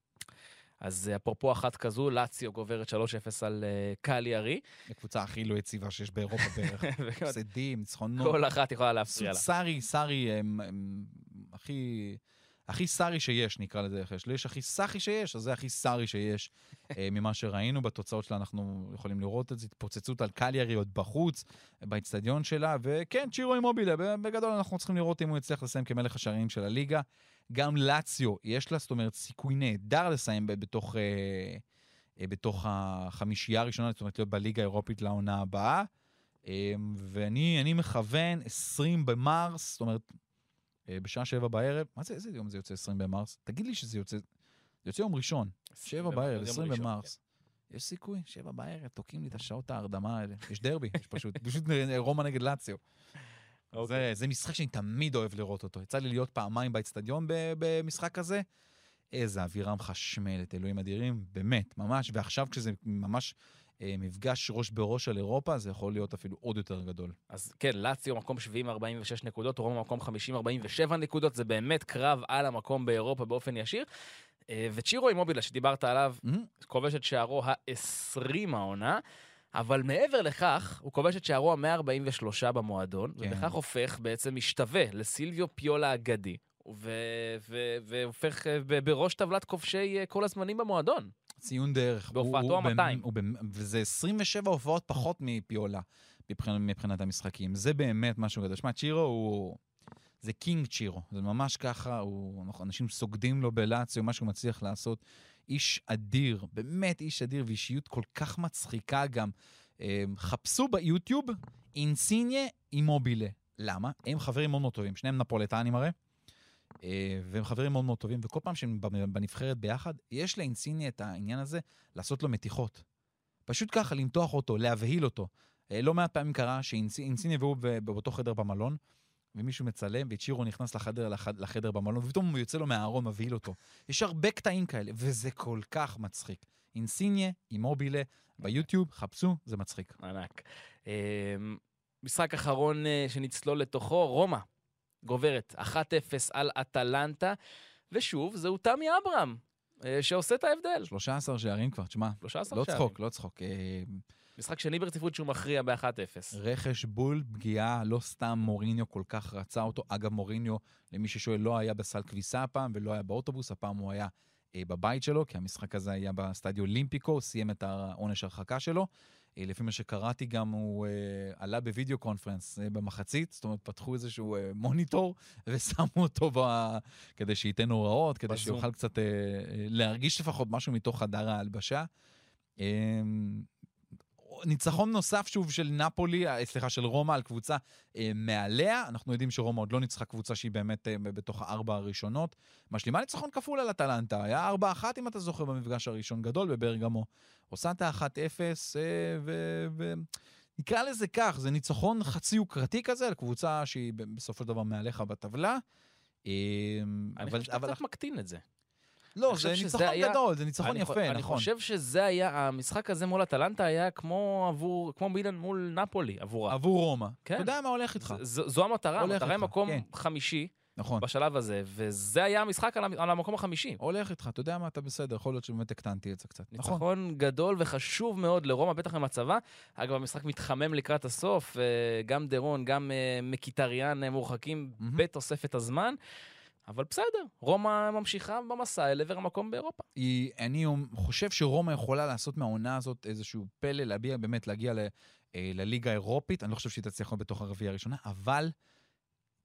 אז אפרופו אחת כזו, לאציו גוברת שלוש אפס על uh, קליארי. הקבוצה הכי לא יציבה שיש באירופה בערך. הפסדים, ניצחונות. כל אחת יכולה להפריע לה. סארי, סארי, הם, הם, הכי, הכי סארי שיש, נקרא לזה. יש הכי סאחי שיש, אז זה הכי סארי שיש. ממה שראינו בתוצאות שלה, אנחנו יכולים לראות את זה, התפוצצות על קליארי עוד בחוץ, באצטדיון שלה, וכן, צ'ירו אימובילה, בגדול אנחנו צריכים לראות אם הוא יצליח לסיים כמלך השערים של הליגה. גם לאציו, יש לה, זאת אומרת, סיכוי נהדר לסיים בתוך, אה, אה, בתוך החמישייה הראשונה, זאת אומרת, להיות בליגה האירופית לעונה הבאה, אה, ואני אני מכוון עשרים במרס, זאת אומרת, אה, בשעה שבע בערב, מה זה, איזה יום זה יוצא עשרים במרס? תגיד לי שזה יוצא, זה יוצא יום ראשון, שבע בערב, עשרים במרס. יש סיכוי, שבע בערב, תוקים לי את השעות ההרדמה האלה. יש דרבי, יש פשוט, פשוט רומא נגד לאציו. Okay. זה, זה משחק שאני תמיד אוהב לראות אותו. יצא לי להיות פעמיים באצטדיון במשחק הזה. איזה אווירה מחשמלת, אלוהים אדירים, באמת, ממש. ועכשיו כשזה ממש אה, מפגש ראש בראש על אירופה, זה יכול להיות אפילו עוד יותר גדול. אז כן, לאציו מקום שבעים ארבעים ושש נקודות, רומא מקום חמישים ארבעים ושבע נקודות, זה באמת קרב על המקום באירופה באופן ישיר. אה, וצ'ירו אימובילה שדיברת עליו, mm-hmm. כובש את שערו ה-עשרים העונה, אבל מעבר לכך, הוא כובש את שערו ה-מאה ארבעים ושלוש במועדון, כן. ובכך הופך בעצם משתווה לסילביו פיולה האגדי, ו- ו- והופך בראש טבלת כובשי כל הזמנים במועדון. ציון דרך. בהופעתו ה-מאתיים. וזה עשרים ושבע הופעות פחות מפיולה, מבחינת, מבחינת המשחקים. זה באמת משהו גדול. שמה, צ'ירו הוא... זה קינג צ'ירו. זה ממש ככה, הוא... אנשים סוגדים לו בלאציו, מה שהוא מצליח לעשות. איש אדיר, באמת איש אדיר, ואישיות כל כך מצחיקה גם. חפשו ביוטיוב, אינסיניה אימובילה. למה? הם חברים מאוד מאוד טובים, שניהם נפולטנים הרי, והם חברים מאוד מאוד טובים, וכל פעם שהם בנבחרת ביחד, יש לאינסיניה את העניין הזה, לעשות לו מתיחות. פשוט ככה, למתוח אותו, להבהיל אותו. לא מעט פעמים קרה שאינסיניה והוא באותו חדר במלון, ומישהו מצלם, וצ'ירו נכנס לחדר, לחדר במלון, ופתאום הוא יוצא לו מהארון, מבהיל אותו. יש הרבה קטעים כאלה, וזה כל כך מצחיק. אינסיניה, אימובילה, ביוטיוב, חפשו, זה מצחיק. ענק. משחק אחרון שנצלול לתוכו, רומא, גוברת, אחת אפס על אטלנטה, ושוב, זהו תמי אברהם, שעושה את ההבדל. שלושה עשר שערים כבר, תשמע. שלושה עשר לא שערים. צחוק, לא צחוק. משחק שני ברציפות שהוא מכריע ב-אחת אפס. רכש בול, פגיעה, לא סתם מוריניו כל כך רצה אותו. אגב, מוריניו, למי ששואל, לא היה בסל כביסה הפעם, ולא היה באוטובוס, הפעם הוא היה אה, בבית שלו, כי המשחק הזה היה בסטדיו אולימפיקו, סיים את העונש הרחקה שלו. אה, לפי מה שקראתי גם, הוא אה, עלה בווידאו קונפרנס אה, במחצית, זאת אומרת, פתחו איזשהו אה, מוניטור, ושמו אותו ב... כדי שייתן הוראות, כדי בזום. שיוכל קצת אה, להרגיש לפחות משהו מתוך חדר ההלבשה. אה, ניצחון נוסף שוב של נפולי, סליחה, של רומא על קבוצה אה, מעליה. אנחנו יודעים שרומא עוד לא ניצחה קבוצה שהיא באמת אה, בתוך הארבע הראשונות. משלימה ניצחון כפול על אטלנטה. היה ארבע אחת, אם אתה זוכר, במפגש הראשון גדול בברגמו. עושה את ה-אחת אפס, אה, ונקרא לזה כך, זה ניצחון חצי יוקרתי כזה, על קבוצה שהיא בסופו של דבר מעליך בטבלה. אה, אני אבל, חושב שאתה אבל... קצת מקטין את זה. לא, זה ניצחון היה... גדול, זה ניצחון אני יפה, חושב, נכון. אני חושב שזה היה, המשחק הזה מול אטלנטה היה כמו עבור, כמו מילאן מול נפולי, עבורה. עבור רומא. כן. אתה יודע מה הולך איתך. ז, זו המטרה, המטרה היא מקום כן. חמישי, נכון. בשלב הזה, וזה היה המשחק על, על המקום החמישי. הולך איתך, אתה יודע מה, אתה בסדר, יכול להיות שבאמת הקטנתי את זה קצת. ניצחון נכון. גדול וחשוב מאוד לרומא, בטח במצבה. אגב, המשחק מתחמם לקראת הסוף, גם דרון, גם מקיטריאן מורחקים mm-hmm. בתוספת הזמן. אבל בסדר, רומא ממשיכה במסע אל עבר המקום באירופה. היא, אני חושב שרומא יכולה לעשות מהעונה הזאת איזשהו פלא, להביע, באמת להגיע ל, לליגה האירופית, אני לא חושב שהיא תצליח בתוך הרביעייה הראשונה, אבל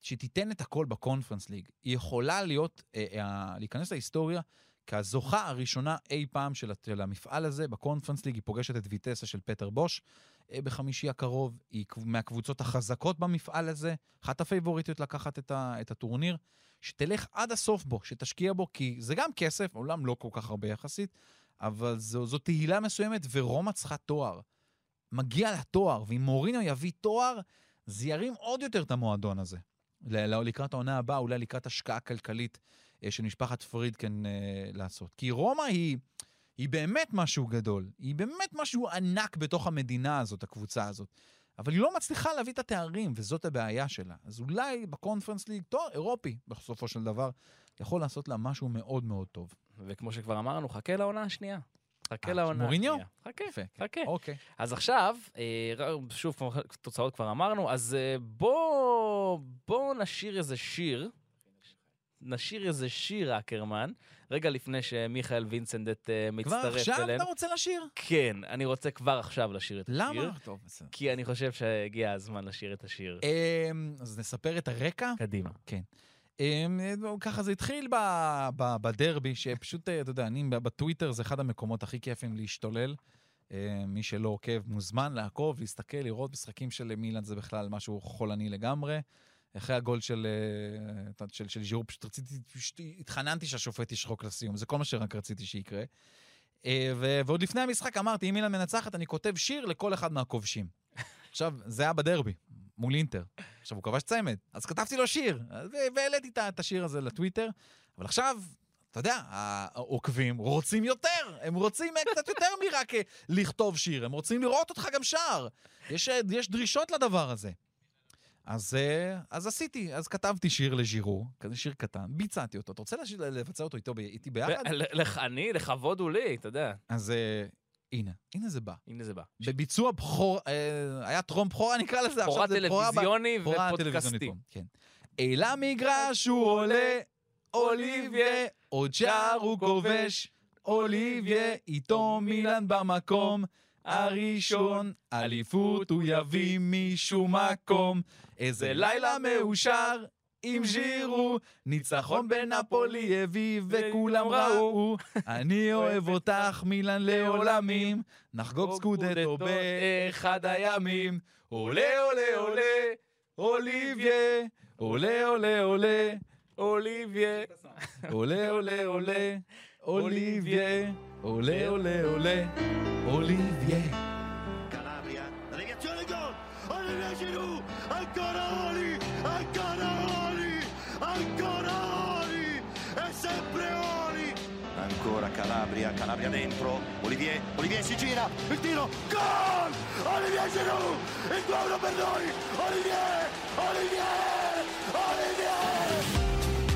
שתיתן את הכל בקונפרנס ליג. היא יכולה להיות, אה, אה, להיכנס להיסטוריה, כזוכה הראשונה אי פעם של, של המפעל הזה, בקונפרנס ליג, היא פוגשת את ויטסה של פטר בוש, אה, בחמישי הקרוב, היא מהקבוצות החזקות במפעל הזה, אחת הפייבוריטיות לקחת את, ה, את הטורניר, שתלך עד הסוף בו, שתשקיע בו, כי זה גם כסף, עולם לא כל כך הרבה יחסית, אבל זו, זו תהילה מסוימת, ורומא צריכה תואר. מגיע לה תואר, ואם מוריניו יביא תואר, זה ירים עוד יותר את המועדון הזה. לקראת העונה הבאה, אולי לקראת השקעה כלכלית של משפחת פרידקן לעשות. כי רומא היא, היא באמת משהו גדול. היא באמת משהו ענק בתוך המדינה הזאת, הקבוצה הזאת. אבל היא לא מצליחה להביא את התארים, וזאת הבעיה שלה. אז אולי בקונפרנס ליג, תואר אירופי, בסופו של דבר, יכול לעשות לה משהו מאוד מאוד טוב. וכמו שכבר אמרנו, חכה לעונה השנייה. חכה לעונה מוריניו? השנייה. חכה, חכה. אוקיי. אז עכשיו, שוב, תוצאות כבר אמרנו, אז בוא, בוא נשיר איזה שיר, נשיר איזה שיר, אקרמן, רגע לפני שמיכאל וינסנדט מצטרף אלינו. כבר עכשיו אתה רוצה לשיר? כן, אני רוצה כבר עכשיו לשיר את השיר. למה? טוב, בסדר. כי אני חושב שהגיע הזמן לשיר את השיר. אז נספר את הרקע? קדימה. כן. ככה זה התחיל בדרבי, שפשוט, אתה יודע, אני בטוויטר זה אחד המקומות הכי כיפים להשתולל. מי שלא עוקב מוזמן לעקוב, להסתכל, לראות משחקים של מילאן, זה בכלל משהו חולני לגמרי. אחרי הגול של, של, של ז'ירו, פשוט רציתי, פשוט התחננתי שהשופט ישחוק לסיום, זה כל מה שרק רציתי שיקרה. ו, ועוד לפני המשחק אמרתי, אם מילאן מנצחת, אני כותב שיר לכל אחד מהכובשים. עכשיו, זה היה בדרבי, מול אינטר. עכשיו, הוא כבש צמד, אז כתבתי לו שיר, והעליתי את השיר הזה לטוויטר, אבל עכשיו, אתה יודע, העוקבים רוצים יותר, הם רוצים קצת יותר מרק לכתוב שיר, הם רוצים לראות אותך גם שר. יש, יש דרישות לדבר הזה. אז, אז עשיתי, אז כתבתי שיר לז'ירו, כזה שיר קטן, ביצעתי אותו. אתה רוצה לבצע אותו איתו, איתי ביחד? אני, לכבוד הוא לי, אתה יודע. אז הנה, הנה זה בא. הנה זה בא. בביצוע בכור, היה טרום בכורה, נקרא לזה. בכורה טלוויזיוני ופודקאסטי. כן. אל המגרש הוא עולה, אוליביה, עוד שער הוא כובש, אוליביה, איתו מילאן במקום, הראשון, אליפות הוא יביא משום מקום. איזה לילה מאושר עם ז'ירו, ניצחון בנפולי הביא וכולם ראו. אני אוהב אותך מילאן לעולמים, נחגוג סקודטו באחד הימים. עולה עולה עולה, אוליביה, עולה עולה עולה, אוליביה, עולה עולה עולה, אוליביה, עולה עולה עולה, Olivier. Calabria, la negazione gol. Olivier Giroud, ancora Oli, ancora Oli, ancora Oli, è sempre Oli. Ancora Calabria, Calabria dentro. Olivier, Olivier si gira, il tiro, gol! Olivier Giroud, il due a uno per noi. Olivier, Olivier, Olivier.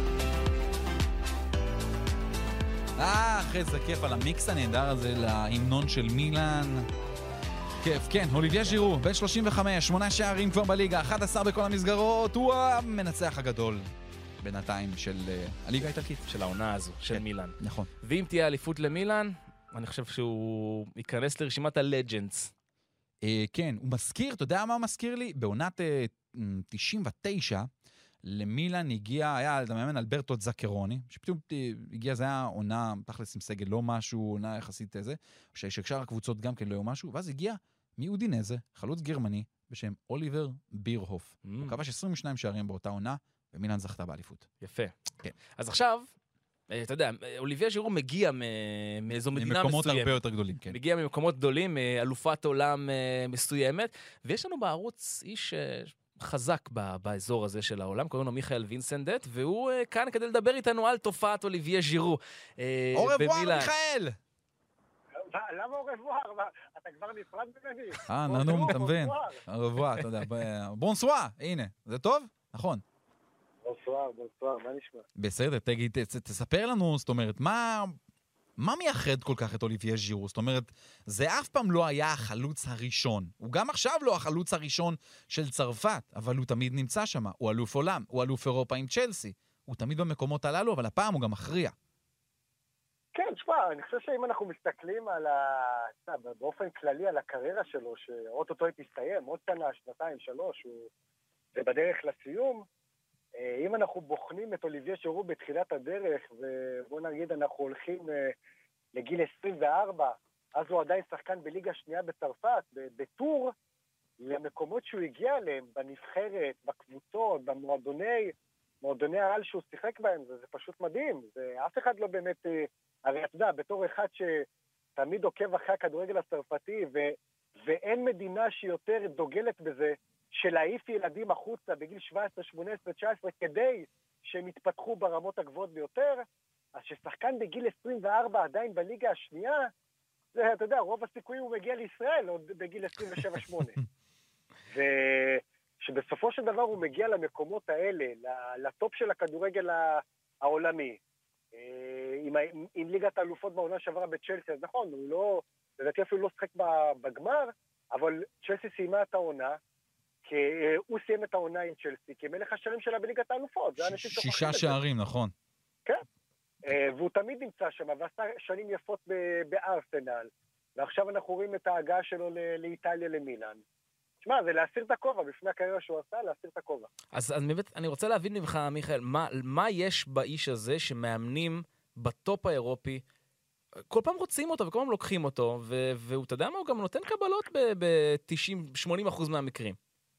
אה, אחרי זה כיף על המיקס הנהדר הזה להמנון של מילאן. כיף, כן, אוליביה ז'ירו, בן שלושים וחמש, שמונה שערים כבר בליגה, אחד עשר בכל המסגרות, הוא המנצח הגדול בינתיים של uh, הליגה האיטלקית. של העונה הזו, של כן, מילאן. נכון. ואם תהיה אליפות למילאן, אני חושב שהוא ייכנס לרשימת הלג'נדס. אה, כן, הוא מזכיר, אתה יודע מה הוא מזכיר לי? בעונת אה, תשעים ותשע, למילאן הגיע, היה למאמן אלברטו זקרוני, שפתאום הגיע, זה היה עונה, תכלס עם סגל לא משהו, עונה יחסית איזה, ששאר הקבוצות גם כן לא היו משהו, ואז הגיע מאודינזה, חלוץ גרמני, בשם אוליבר בירהוף. Mm. הוא כבש עשרים ושניים שערים באותה עונה, ומילאן זכתה באליפות. יפה. כן. אז עכשיו, אתה יודע, אוליביה ז'ירו מגיע מאיזו מדינה מסוימת. ממקומות הרבה יותר גדולים, כן. מגיע ממקומות גדולים, אלופת עולם מסוימת, ויש לנו בערוץ איש חזק באזור הזה של העולם, קוראים לו מיכאל וינסנדט, והוא כאן כדי לדבר איתנו על תופעת אוליביה ז'ירו. אור רבואר, מיכאל! למה אור רבואר? אתה כבר נפרד ממני. אה, נו, אתה מבין. אור רבואר, אתה יודע. בונסואה, הנה. זה טוב? נכון. בונסואה, בונסואה, מה נשמע? בסדר, תגיד, תספר לנו, זאת אומרת, מה... מה מייחד כל כך את אוליביה ז'ירו? זאת אומרת, זה אף פעם לא היה החלוץ הראשון. הוא גם עכשיו לא החלוץ הראשון של צרפת, אבל הוא תמיד נמצא שם. הוא אלוף עולם, הוא אלוף אירופה עם צ'לסי. הוא תמיד במקומות הללו, אבל הפעם הוא גם מכריע. כן, תשמע, אני חושב שאם אנחנו מסתכלים על ה... באופן כללי על הקריירה שלו, שאוטוטו היא תסתיים, עוד שנה, שנתיים, שלוש, הוא... זה בדרך לסיום, אם אנחנו בוחנים את אוליביה ז'ירו בתחילת הדרך, ובוא נגיד אנחנו הולכים לגיל עשרים וארבע, אז הוא עדיין שחקן בליגה שנייה בצרפת, בטור, למקומות שהוא הגיע אליהם, בנבחרת, בקבוצות, במועדוני, מועדוני העל שהוא שיחק בהם, זה, זה פשוט מדהים. זה, אף אחד לא באמת, הרי אתה יודע, בתור אחד שתמיד עוקב אחרי הכדורגל הצרפתי, ו, ואין מדינה שיותר דוגלת בזה, של להעיף ילדים החוצה בגיל שבע עשרה, שמונה עשרה, תשע עשרה, כדי שהם יתפתחו ברמות הגבוהות ביותר, אז ששחקן בגיל עשרים וארבע עדיין בליגה השנייה, זה, אתה יודע, רוב הסיכויים הוא מגיע לישראל עוד בגיל עשרים ושבע שמונה. ושבסופו של דבר הוא מגיע למקומות האלה, לטופ של הכדורגל העולמי, עם, עם ליגת האלופות בעונה שעברה בצ'לסי, אז נכון, הוא לא, לדעתי אפילו לא שחק בגמר, אבל צ'לסי סיימה את העונה, כי הוא סיים את העונה עם צ'לסי, כמלך השערים שלה בליגת האלופות. שישה שערים, נכון. כן. והוא תמיד נמצא שם, ועשה שנים יפות בארסנל, ועכשיו אנחנו רואים את ההגעה שלו לאיטליה, למילאן. תשמע, זה להסיר את הכובע, בפני הקריירה שהוא עשה, להסיר את הכובע. אז באמת, אני רוצה להבין ממך, מיכאל, מה, מה יש באיש הזה שמאמנים בטופ האירופי, כל פעם רוצים אותו וכל פעם לוקחים אותו, והוא, אתה יודע מה, הוא גם נותן קבלות ב-תשעים שמונים אחוז מהמקרים.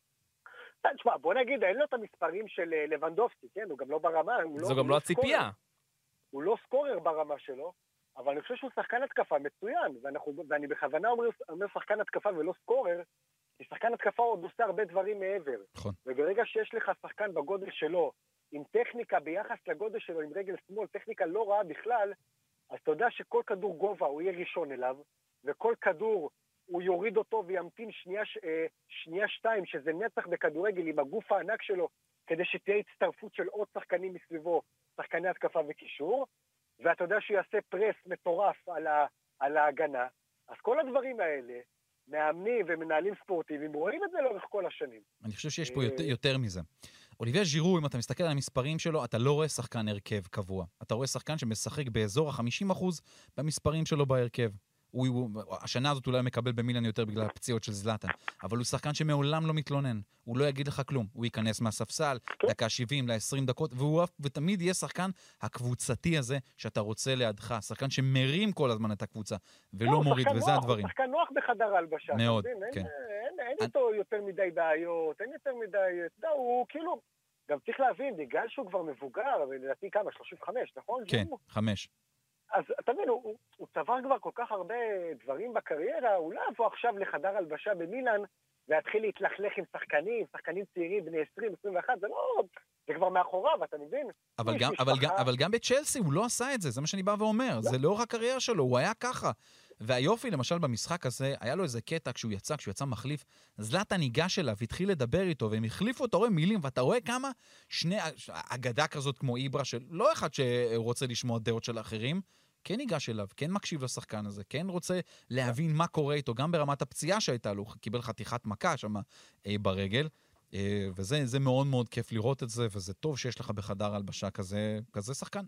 תשמע, בוא נגיד, אין לו את המספרים של לבנדובסקי, כן? הוא גם לא ברמה. זו גם לא הציפייה. הוא לא סקורר ברמה שלו, אבל אני חושב שהוא שחקן התקפה מצוין, ואנחנו, ואני בכוונה אומר, אומר שחקן התקפה ולא סקורר, כי שחקן התקפה עוד עושה הרבה דברים מעבר. נכון. וברגע שיש לך שחקן בגודל שלו, עם טכניקה ביחס לגודל שלו, עם רגל שמאל, טכניקה לא רעה בכלל, אז אתה יודע שכל כדור גובה הוא יהיה ראשון אליו, וכל כדור הוא יוריד אותו וימתין שנייה, שנייה שתיים, שזה נצח בכדורגל עם הגוף הענק שלו, כדי שתהיה הצטרפות של עוד שחקנים מסביבו, שחקני התקפה וקישור, ואתה יודע שהוא יעשה פרס מטורף על, ה, על ההגנה. אז כל הדברים האלה, מאמנים ומנהלים ספורטיביים, רואים את זה לאורך כל השנים. אני חושב שיש פה יותר, יותר מזה. אוליביה ז'ירו, אם אתה מסתכל על המספרים שלו, אתה לא רואה שחקן הרכב קבוע. אתה רואה שחקן שמשחק באזור ה-חמישים אחוז במספרים שלו בהרכב. הוא, הוא, השנה הזאת אולי מקבל במילאן יותר בגלל הפציעות של זלאטן, אבל הוא שחקן שמעולם לא מתלונן, הוא לא יגיד לך כלום, הוא ייכנס מהספסל, דקה שבעים ל-עשרים דקות, והוא, ותמיד יהיה שחקן הקבוצתי הזה שאתה רוצה לידך, שחקן שמרים כל הזמן את הקבוצה, ולא לא, מוריד, וזה נוח, הדברים. הוא שחקן נוח בחדר הלבשה. מאוד, אין, כן. אין, אין, אין איתו יותר מדי בעיות, אין יותר מדי, אתה, הוא כאילו, גם צריך להבין, בגלל שהוא כבר מבוגר, ולדעתי כמה, שלושים וחמש, נכון? כן, חמש. אז אתה מבין, הוא, הוא צבר כבר כל כך הרבה דברים בקריירה, הוא לא יבוא עכשיו לחדר הלבשה במילאן, והתחיל להתלכלך עם שחקנים, שחקנים צעירים, בני עשרים, עשרים ואחת, זה לא, זה כבר מאחוריו, אתה מבין? אבל גם, אבל, גם, אבל גם בצ'לסי הוא לא עשה את זה, זה מה שאני בא ואומר, לא. זה לאורך הקריירה שלו, הוא היה ככה. והיופי, למשל, במשחק הזה, היה לו איזה קטע כשהוא יצא, כשהוא יצא מחליף, זלאטן ניגש אליו, התחיל לדבר איתו, והם החליפו, אתה רואה מילים, ואתה רואה כמה שני, אגדה כזאת כמו איברה, של לא אחד שרוצה לשמוע דעות של אחרים, כן ניגש אליו, כן מקשיב לשחקן הזה, כן רוצה להבין מה קורה איתו, גם ברמת הפציעה שהייתה לו, קיבל חתיכת מכה שם אה, ברגל, אה, וזה זה מאוד מאוד כיף לראות את זה, וזה טוב שיש לך בחדר הלבשה כזה, כזה שחקן.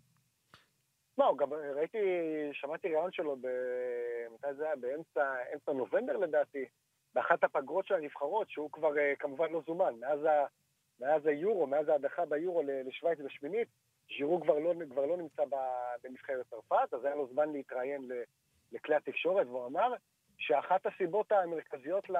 לא, גם ראיתי, שמעתי רעיון שלו, מתי זה היה? באמצע, אמצע נובמבר לדעתי, באחת הפגרות של הנבחרות, שהוא כבר כמובן לא זומן, מאז, ה, מאז היורו, מאז ההדחה ביורו לשוויץ בשמינית, ז'ירו כבר לא, כבר לא נמצא בנבחרת צרפת, אז היה לו זמן להתראיין לכלי התקשורת, והוא אמר שאחת הסיבות המרכזיות, ל,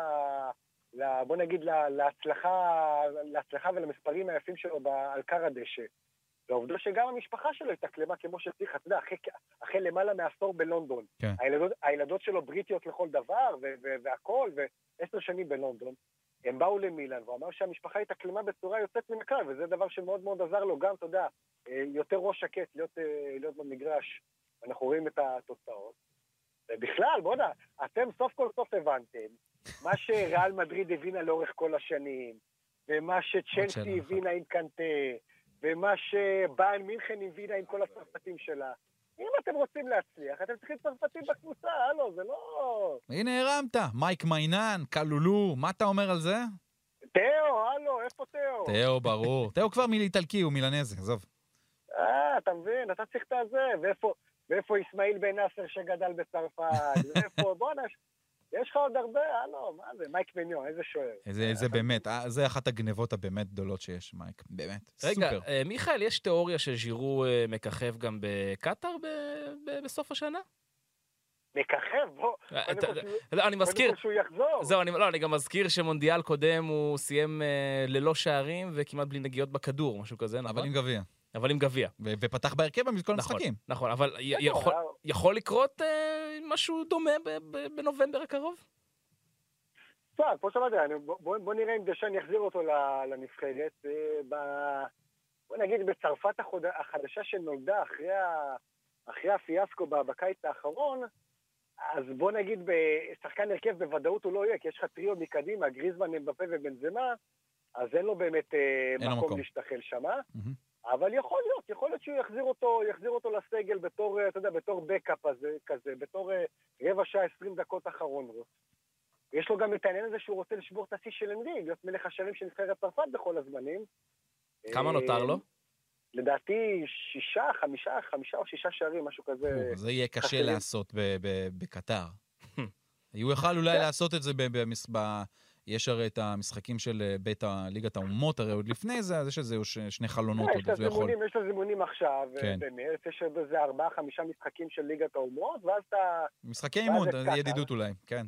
ל, בוא נגיד, לה, להצלחה, להצלחה ולמספרים היפים שלו על קר הדשא, והעובדה שגם המשפחה שלו התאקלמה כמו שצריך, אתה יודע, אחרי, אחרי למעלה מעשור בלונדון. כן. הילדות, הילדות שלו בריטיות לכל דבר, ו- ו- והכל, ועשר שנים בלונדון. הם באו למילאן, והוא אמר שהמשפחה התאקלמה בצורה יוצאת מן הכלל, וזה דבר שמאוד מאוד עזר לו גם, אתה יודע, יותר ראש שקט, להיות, להיות במגרש. אנחנו רואים את התוצאות. ובכלל, בוא נה, אתם סוף כל סוף הבנתם, מה שריאל מדריד הבינה לאורך כל השנים, ומה שצ'לסי הבינה עם קנטה, ומה שבאיירן מינכן הבינה עם כל הצרפתים שלה. אם אתם רוצים להצליח, אתם צריכים צרפתים בקבוצה, הלו, זה לא... הנה הרמת, מייק מיינן, קלולו, מה אתה אומר על זה? תאו, הלו, איפה תאו? תאו, ברור. תאו כבר מילאיטלקי, הוא מילנזי, עזוב. אה, אתה מבין, אתה צריך את הזה, ואיפה, ואיפה אסמאעיל בן נאסר שגדל בצרפת, ואיפה, בוא נש... יש לך עוד הרבה, הלו, מה זה, מייק מניון, איזה שוער. זה באמת, זה אחת הגנבות הבאמת גדולות שיש, מייק, באמת, סופר. רגע, מיכאל, יש תיאוריה שז'ירו מככב גם בקטר בסוף השנה? מככב, בוא. לא, אני מזכיר... קודם כל שהוא יחזור. זהו, לא, אני גם מזכיר שמונדיאל קודם הוא סיים ללא שערים וכמעט בלי נגיעות בכדור, משהו כזה, נכון? אבל עם גביע. אבל עם גביע. ופתח בהרכב בכל המשחקים. נכון, אבל יכול לקרות משהו דומה בנובמבר הקרוב? טוב, כמו שאמרתי, בוא נראה אם דשן יחזיר אותו לנבחרת. בוא נגיד, בצרפת החדשה שנולדה אחרי הפיאסקו בקיץ האחרון, אז בוא נגיד, בשחקן הרכב בוודאות הוא לא יהיה, כי יש לך טריו מקדימה, גריזמן, אמבפה ובנזמה, אז אין לו באמת מקום להשתחל שמה. אבל יכול להיות, יכול להיות שהוא יחזיר אותו, יחזיר אותו לסגל בתור, אתה יודע, בתור בקאפ הזה, כזה, בתור רבע שעה, עשרים דקות אחרונות. יש לו גם את העניין הזה שהוא רוצה לשבור את השיא של אנרי, להיות מלך השערים של נבחרת צרפת בכל הזמנים. כמה נותר לו? לדעתי שישה, חמישה, חמישה או שישה שערים, משהו כזה. זה יהיה קשה לעשות בקטר. הוא יוכל אולי לעשות את זה ב... יש הרי את המשחקים של בית ליגת האומות, הרי עוד לפני זה, אז יש איזה שני חלונות עוד, אז הוא יכול. יש לו זימונים עכשיו, באמת, יש איזה ארבעה, חמישה משחקים של ליגת האומות, ואז אתה... משחקי אימון, ידידות אולי, כן.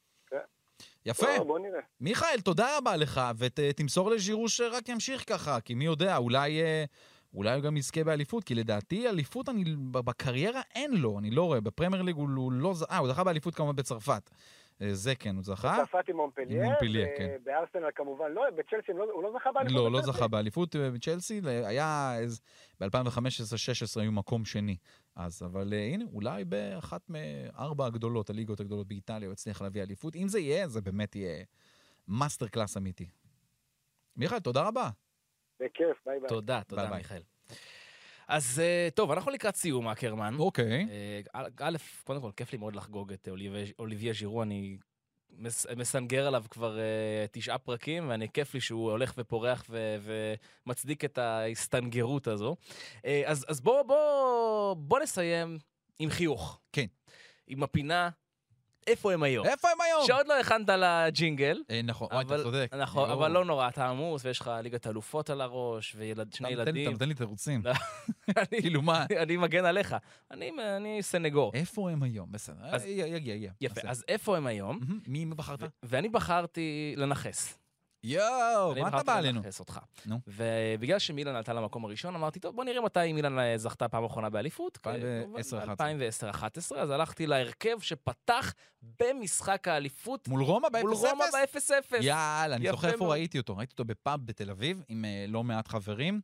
יפה. מיכאל, תודה רבה לך, ותמסור לז'ירו שרק ימשיך ככה, כי מי יודע, אולי... אולי הוא גם יזכה באליפות, כי לדעתי אליפות אני, בקריירה אין לו, אני לא רואה, בפרמייר ליג הוא לא... אה, הוא זכה באליפות כמובן בצרפת. זה כן, הוא זכה. בצרפת עם מונפליה, בארסנל כמובן לא, בצ'לסי הוא לא זכה באליפות. לא, לא זכה באליפות בצ'לסי, היה ב-אלפיים וחמש עשרה שש עשרה היו מקום שני. אז, אבל הנה, אולי באחת מארבע הגדולות, הליגות הגדולות באיטליה, הוא הצליח להביא אליפות. אם זה יהיה, זה באמת יהיה מאסטר קלאס אמיתי. מיכאל, תודה רבה. בכיף, ביי ביי. תודה, תודה מיכאל. אז טוב, אנחנו לקראת סיום, אקרמן. אוקיי. א', קודם כל, כיף לי מאוד לחגוג את אוליביה ז'ירו, אני מסנגר עליו כבר תשעה פרקים, ואני כיף לי שהוא הולך ופורח ומצדיק את ההסתנגרות הזו. אז בוא נסיים עם חיוך. כן. עם הפינה... איפה הם היום? איפה הם היום? שעוד לא הכנת לג'ינגל. נכון, אתה צודק. נכון, אבל לא נורא, אתה עמוס, ויש לך ליגת אלופות על הראש, ושני ילדים. אתה נותן לי תירוצים. כאילו מה? אני מגן עליך. אני סנגור. איפה הם היום? בסדר, יגיע, יגיע. יפה, אז איפה הם היום? מי בחרת? ואני בחרתי לנחס. יואו, מה אתה בא עלינו? אני בחרתי לנחס אותך. ובגלל שמילן עלתה למקום הראשון, אמרתי, טוב, בוא נראה מתי מילן זכתה פעם אחרונה באליפות. אלפיים ועשר אחת עשרה, אז הלכתי להרכב שפתח במשחק האליפות. מול רומא ב-אפס אפס? מול רומא ב-אפס אפס. יאללה, אני זוכר איפה ראיתי אותו. ראיתי אותו בפאב בתל אביב, עם לא מעט חברים,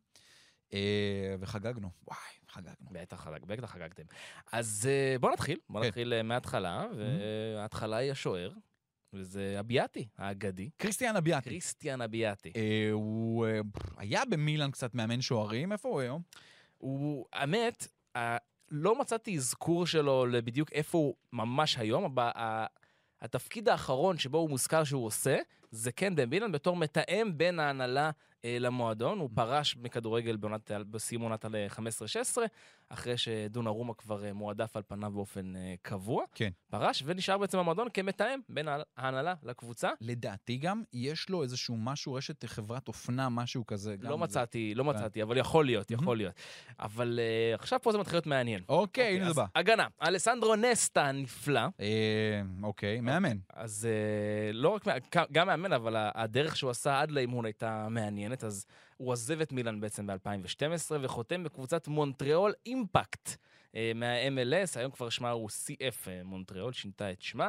וחגגנו. וואי, חגגנו. בטח חגג, בטח חגגתם. אז בוא נתחיל, בוא נתחיל מההתחלה, וההתחלה היא השוער. וזה אביאטי, האגדי. קריסטיאן אביאטי. קריסטיאן אביאטי. הוא היה במילאן קצת מאמן שוערים, איפה הוא היום? הוא, האמת, לא מצאתי אזכור שלו לבדיוק איפה הוא ממש היום, אבל התפקיד האחרון שבו הוא מוזכר שהוא עושה, זה כן במילאן בתור מתאם בין ההנהלה למועדון. הוא פרש מכדורגל בסיום עונת על חמש עשרה שש עשרה, אחרי שדונרומה כבר מועדף על פניו באופן קבוע. כן. פרש ונשאר בעצם המועדון כמתאם בין ההנהלה לקבוצה. לדעתי גם יש לו איזשהו משהו, רשת חברת אופנה, משהו כזה. לא מצאתי, לא מצאתי, אבל יכול להיות, יכול להיות. אבל עכשיו פה זה מתחיל להיות מעניין. אוקיי, הנה זה בא. הגנה, אלסנדרו נסטה נפלא. אוקיי, מאמן. אז לא רק, גם מאמן, אבל הדרך שהוא עשה עד לאימון הייתה מעניינת, אז הוא עזב את מילאן בעצם ב-אלפיים ושתים עשרה, וחותם בקבוצת מונטריאול אימפקט מה-אם אל אס, היום כבר שמה הוא סי אף מונטריאול, שינתה את שמה,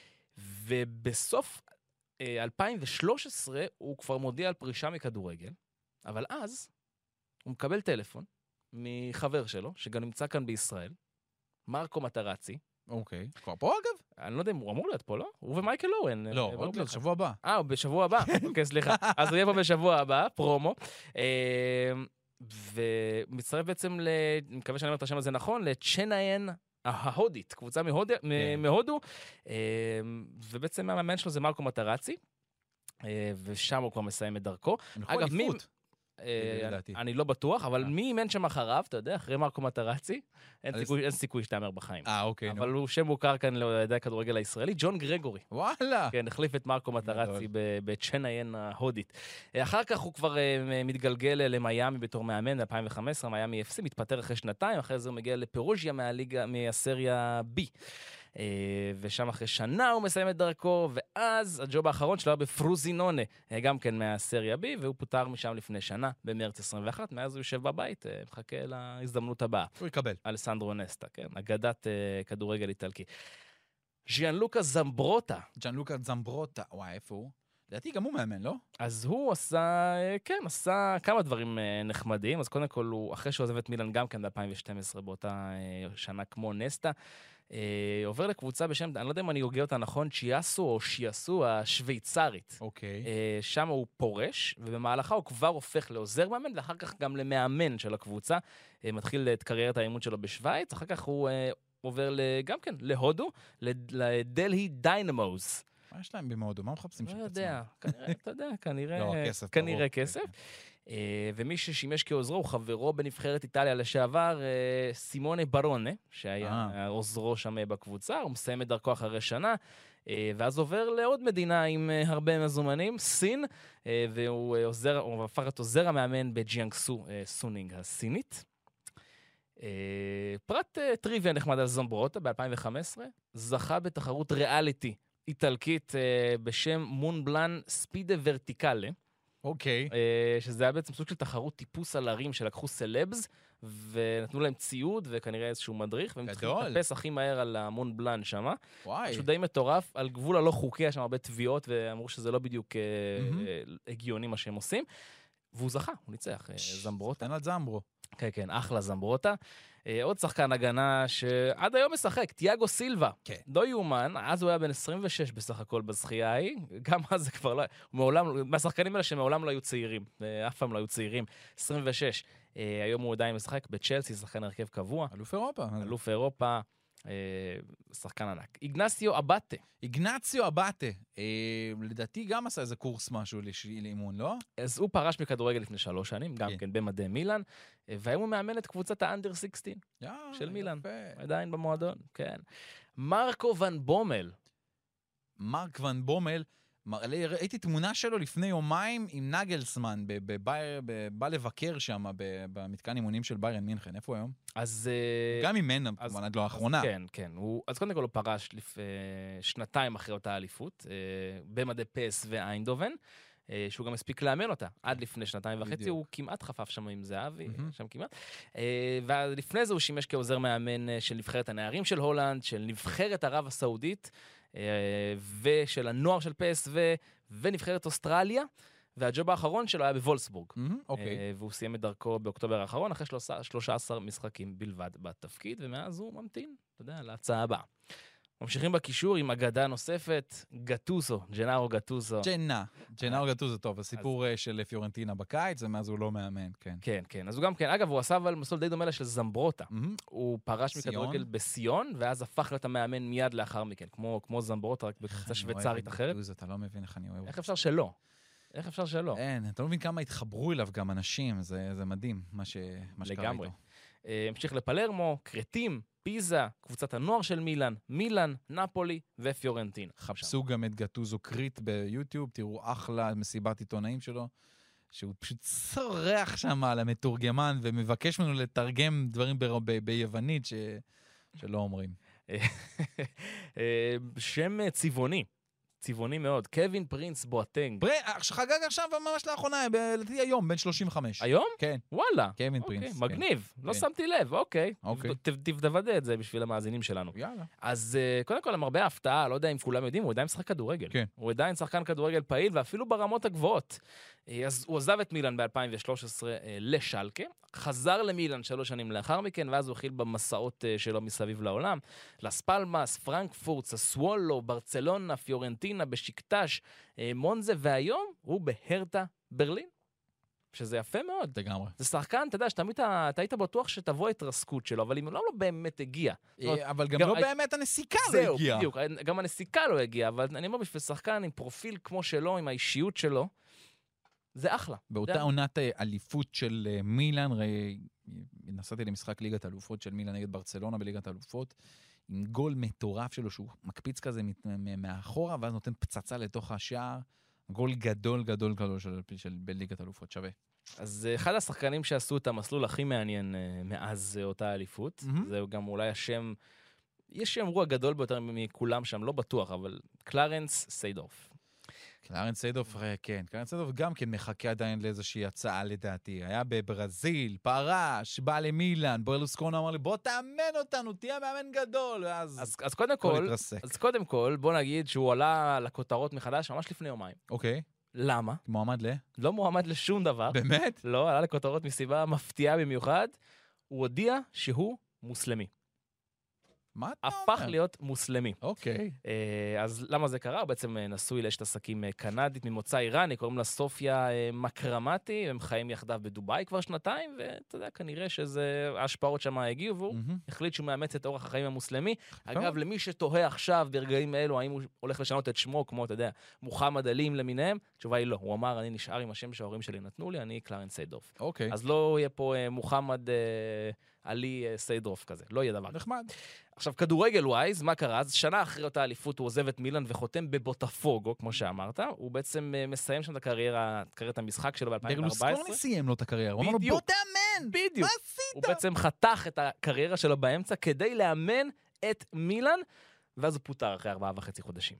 ובסוף אלפיים ושלוש עשרה הוא כבר מודיע על פרישה מכדורגל, אבל אז הוא מקבל טלפון מחבר שלו, שגם נמצא כאן בישראל, מרקו מטרצי. אוקיי. כבר פה אגב? אני לא יודע אם הוא אמור להיות פה, לא? הוא ומייקל אורן. לא, עוד לא, שבוע הבא. אה, בשבוע הבא. אוקיי, סליחה. אז הוא יהיה פה בשבוע הבא, פרומו. ומצטרף בעצם, אני מקווה שאני אומר את השם הזה נכון, לצ'נאיין ההודית, קבוצה מהודו, ובעצם המאמן שלו זה מרקו מטרצי, ושם הוא כבר מסיים את דרכו. אגב, מי... לדעתי. אני לא בטוח, אבל מי אימן שם אחריו, אתה יודע, אחרי מרקו מטרצי, אין סיכוי שתאמר בחיים. אה, אוקיי. אבל הוא שם מוכר כאן לידי הכדורגל הישראלי, ג'ון גרגורי. וואלה. כן, החליף את מרקו מטרצי בצ'נאיין ההודית. אחר כך הוא כבר מתגלגל למיימי בתור מאמן, ב-אלפיים וחמש עשרה, מיימי אף סי, מתפטר אחרי שנתיים, אחרי זה הוא מגיע לפרוז'יה מהסריה B. ושם אחרי שנה הוא מסיים את דרכו, ואז הג'וב האחרון שלו היה בפרוזינונה, גם כן מהסריה B, והוא פוטר משם לפני שנה, במרץ עשרים ואחת, מאז הוא יושב בבית, מחכה להזדמנות הבאה. הוא יקבל. אלסנדרו נסטה, כן, אגדת כדורגל איטלקי. ז'אנלוקה זמברוטה. ז'אנלוקה זמברוטה, וואי, איפה הוא? לדעתי גם הוא מאמן, לא? אז הוא עשה, כן, עשה כמה דברים נחמדים, אז קודם כל, הוא, אחרי שהוא עוזב את מילאן גם כן ב-אלפיים ושתים עשרה, באותה שנה כמו נסטה, אה, עובר לקבוצה בשם, אני לא יודע אם אני הוגה אותה נכון, צ'יאסו או שיאסו השוויצרית. אוקיי. אה, שם הוא פורש, ובמהלכה הוא כבר הופך לעוזר מאמן, ואחר כך גם למאמן של הקבוצה, אה, מתחיל את קריירת האימון שלו בשוויץ, אחר כך הוא אה, עובר גם כן להודו, לדלהי דיינמוס. מה יש להם במהודו? מה מחפשים שם? לא יודע, כנראה, אתה יודע, כנראה, לא, כסף. כנראה כסף. ומי ששימש כעוזרו הוא חברו בנבחרת איטליה לשעבר, סימונה ברונה, שהיה עוזרו שם בקבוצה, הוא מסיים את דרכו אחרי שנה, ואז עובר לעוד מדינה עם הרבה מזומנים, סין, והוא עוזר, הוא הפך את עוזר המאמן בג'יאנגסו סונינג הסינית. פרט טריוויה נחמד על זמברוטה ב-אלפיים וחמש עשרה, זכה בתחרות ריאליטי איטלקית בשם מונבלן ספידה ורטיקלה. אוקיי. שזה היה בעצם סוג של תחרות טיפוס על הרים שלקחו סלבס, ונתנו להם ציוד וכנראה איזשהו מדריך, והם צריכים לטפס הכי מהר על המונבלן שם. וואי. משהו די מטורף, על גבול הלא חוקי, יש שם הרבה תביעות, ואמרו שזה לא בדיוק הגיוני מה שהם עושים. והוא זכה, הוא ניצח, זמברוטה. תן על זמברו. כן, כן, אחלה זמברוטה. עוד שחקן הגנה שעד היום משחק, תיאגו סילבה. כן. לא יאומן, אז הוא היה בן עשרים ושש בסך הכל בזכייה ההיא, גם אז זה כבר לא, מעולם, מהשחקנים האלה שמעולם לא היו צעירים, אף פעם לא היו צעירים, עשרים ושש. היום הוא עדיין משחק בצ'לסי, שחקן הרכב קבוע. אלוף אירופה. אלוף אירופה, שחקן ענק. איגנסיו אבטה. איגנציו אבטה. לדעתי גם עשה איזה קורס משהו לאימון, לא? אז הוא פרש מכדורגל לפני שלוש שנים, גם כן במדי מילאן, והיום הוא מאמן את קבוצת האנדר שש עשרה של מילאן. עדיין במועדון, כן. מרקו ון בומל. מרק ון בומל, ראיתי תמונה שלו לפני יומיים עם נגלסמן, בא לבקר שם, במתקן אימונים של ביירן מינכן. איפה הוא היום? אז... גם אימן, כמובן, עד לא האחרונה. כן, כן. אז קודם כל הוא פרש שנתיים אחרי אותה אליפות, במדי פס ואיינדובן, שהוא גם הספיק לאמן אותה. עד לפני שנתיים וחצי, הוא כמעט חפף שם עם זהבי, שם כמעט. ולפני זה הוא שימש כעוזר מאמן של נבחרת הנערים של הולנד, של נבחרת ערב הסעודית, ושל הנוער של פי אס וי, ונבחרת אוסטרליה, והג'וב האחרון שלו היה בוולסבורג. והוא סיים את דרכו באוקטובר האחרון, אחרי שלושה עשר משחקים בלבד בתפקיד, ומאז הוא ממתין, אתה יודע, להצעה הבאה. ממשיכים בקישור עם אגדה נוספת, גטוסו, ג'נארו גטוסו. ג'נה, ג'נארו גטוסו, טוב, הסיפור של פיורנטינה בקיץ, ומאז הוא לא מאמן, כן. כן, כן, אז הוא גם כן, אגב, הוא עשה אבל מסלול די דומה לה של זמברוטה. הוא פרש מכדורגל בסיון, ואז הפך להיות המאמן מיד לאחר מכן, כמו זמברוטה, רק בקבוצה שוויצרית אחרת. אתה לא מבין איך אני אוהב. איך אפשר שלא? איך אפשר שלא? אין, אתה לא מבין כמה התחברו אליו גם אנשים, זה מדהים, מה שקרה איתו. המשיך לפלרמו, קרטים, פיזה, קבוצת הנוער של מילאן, מילאן, נפולי ופיורנטין. חפשו גם את גטוזו קריט ביוטיוב, תראו אחלה מסיבת עיתונאים שלו, שהוא פשוט צורח שם על המתורגמן, ומבקש ממנו לתרגם דברים ביוונית שלא אומרים. שם צבעוני. צבעוני מאוד, קווין פרינס בואטנג. שחגג עכשיו ממש לאחרונה, לדעתי היום, בן שלושים וחמש. היום? כן. וואלה. קווין פרינס. מגניב, לא שמתי לב, אוקיי. תוודא את זה בשביל המאזינים שלנו. יאללה. אז קודם כל, למרבה ההפתעה, לא יודע אם כולם יודעים, הוא עדיין משחק כדורגל. כן. הוא עדיין שחקן כדורגל פעיל, ואפילו ברמות הגבוהות. אז הוא עזב את מילאן ב-אלפיים ושלוש עשרה לשלקה, חזר למילאן שלוש שנים לאחר מכן, ואז הוא התחיל במסעות שלו מסביב לעולם. לס פלמאס, פרנקפורט, ססוולו, ברצלונה, פיורנטינה, בשקטש, מונזה, והיום הוא בהרטה ברלין. שזה יפה מאוד. לגמרי. זה שחקן, אתה יודע, שתמיד אתה היית בטוח שתבוא התרסקות שלו, אבל אם לא, לא באמת הגיע. אבל גם לא באמת הנסיקה לא הגיעה. זהו, בדיוק, גם הנסיקה לא הגיעה, אבל אני אומר, בשביל שחקן עם פרופיל כמו שלו, עם האישיות שלו, זה אחלה. באותה עונת אליפות של מילאן, נסעתי למשחק ליגת האלופות של מילאן נגד ברצלונה בליגת האלופות, עם גול מטורף שלו, שהוא מקפיץ כזה מאחורה, ואז נותן פצצה לתוך השער, גול גדול גדול גדול של, של בליגת האלופות, שווה. אז אחד השחקנים שעשו את המסלול הכי מעניין מאז אותה אליפות, mm-hmm. זה גם אולי השם, יש שיאמרו הגדול ביותר מכולם שם, לא בטוח, אבל קלרנס סיידורף. קלרנס סיידורף, כן. קלרנס סיידורף גם כן מחכה עדיין לאיזושהי הצעה לדעתי. היה בברזיל, פרש, בא למילאן, ברלוסקוני אמר לי, בוא תאמן אותנו, תהיה מאמן גדול. ואז... אז, אז קודם כל, אז קודם כל, בוא נגיד שהוא עלה לכותרות מחדש ממש לפני יומיים. אוקיי. למה? מועמד ל? לא מועמד לשום דבר. באמת? לא, עלה לכותרות מסיבה מפתיעה במיוחד. הוא הודיע שהוא מוסלמי. מה אתה אומר? הפך להיות מוסלמי. אוקיי. אז למה זה קרה? הוא בעצם נשוי לאשת עסקים קנדית ממוצא איראני, קוראים לה סופיה מקרמטי, הם חיים יחדיו בדובאי כבר שנתיים, ואתה יודע, כנראה שזה ההשפעות שם הגיעו, והוא החליט שהוא מאמץ את אורח החיים המוסלמי. אגב, למי שתוהה עכשיו ברגעים האלו, האם הוא הולך לשנות את שמו, כמו, אתה יודע, מוחמד עלים למיניהם, התשובה היא לא. הוא אמר, אני נשאר עם השם שההורים שלי נתנו לי, אני קלרנס סיידורף. אוקיי. אז לא יהיה פה מוחמד עלי סיידורף כזה, לא יהיה דבר. נחמד. עכשיו, כדורגל ווייז, מה קרה? אז שנה אחרי אותה אליפות הוא עוזב את מילאן וחותם בבוטפוגו, כמו שאמרת. הוא בעצם מסיים שם את הקריירה, קריירת המשחק שלו ב-אלפיים וארבע עשרה. ברלוסקוני סיים לו את הקריירה. הוא אמר לו, בוא תאמן! בדיוק. מה עשית? הוא בעצם חתך את הקריירה שלו באמצע כדי לאמן את מילאן, ואז הוא פוטר אחרי ארבעה וחצי חודשים.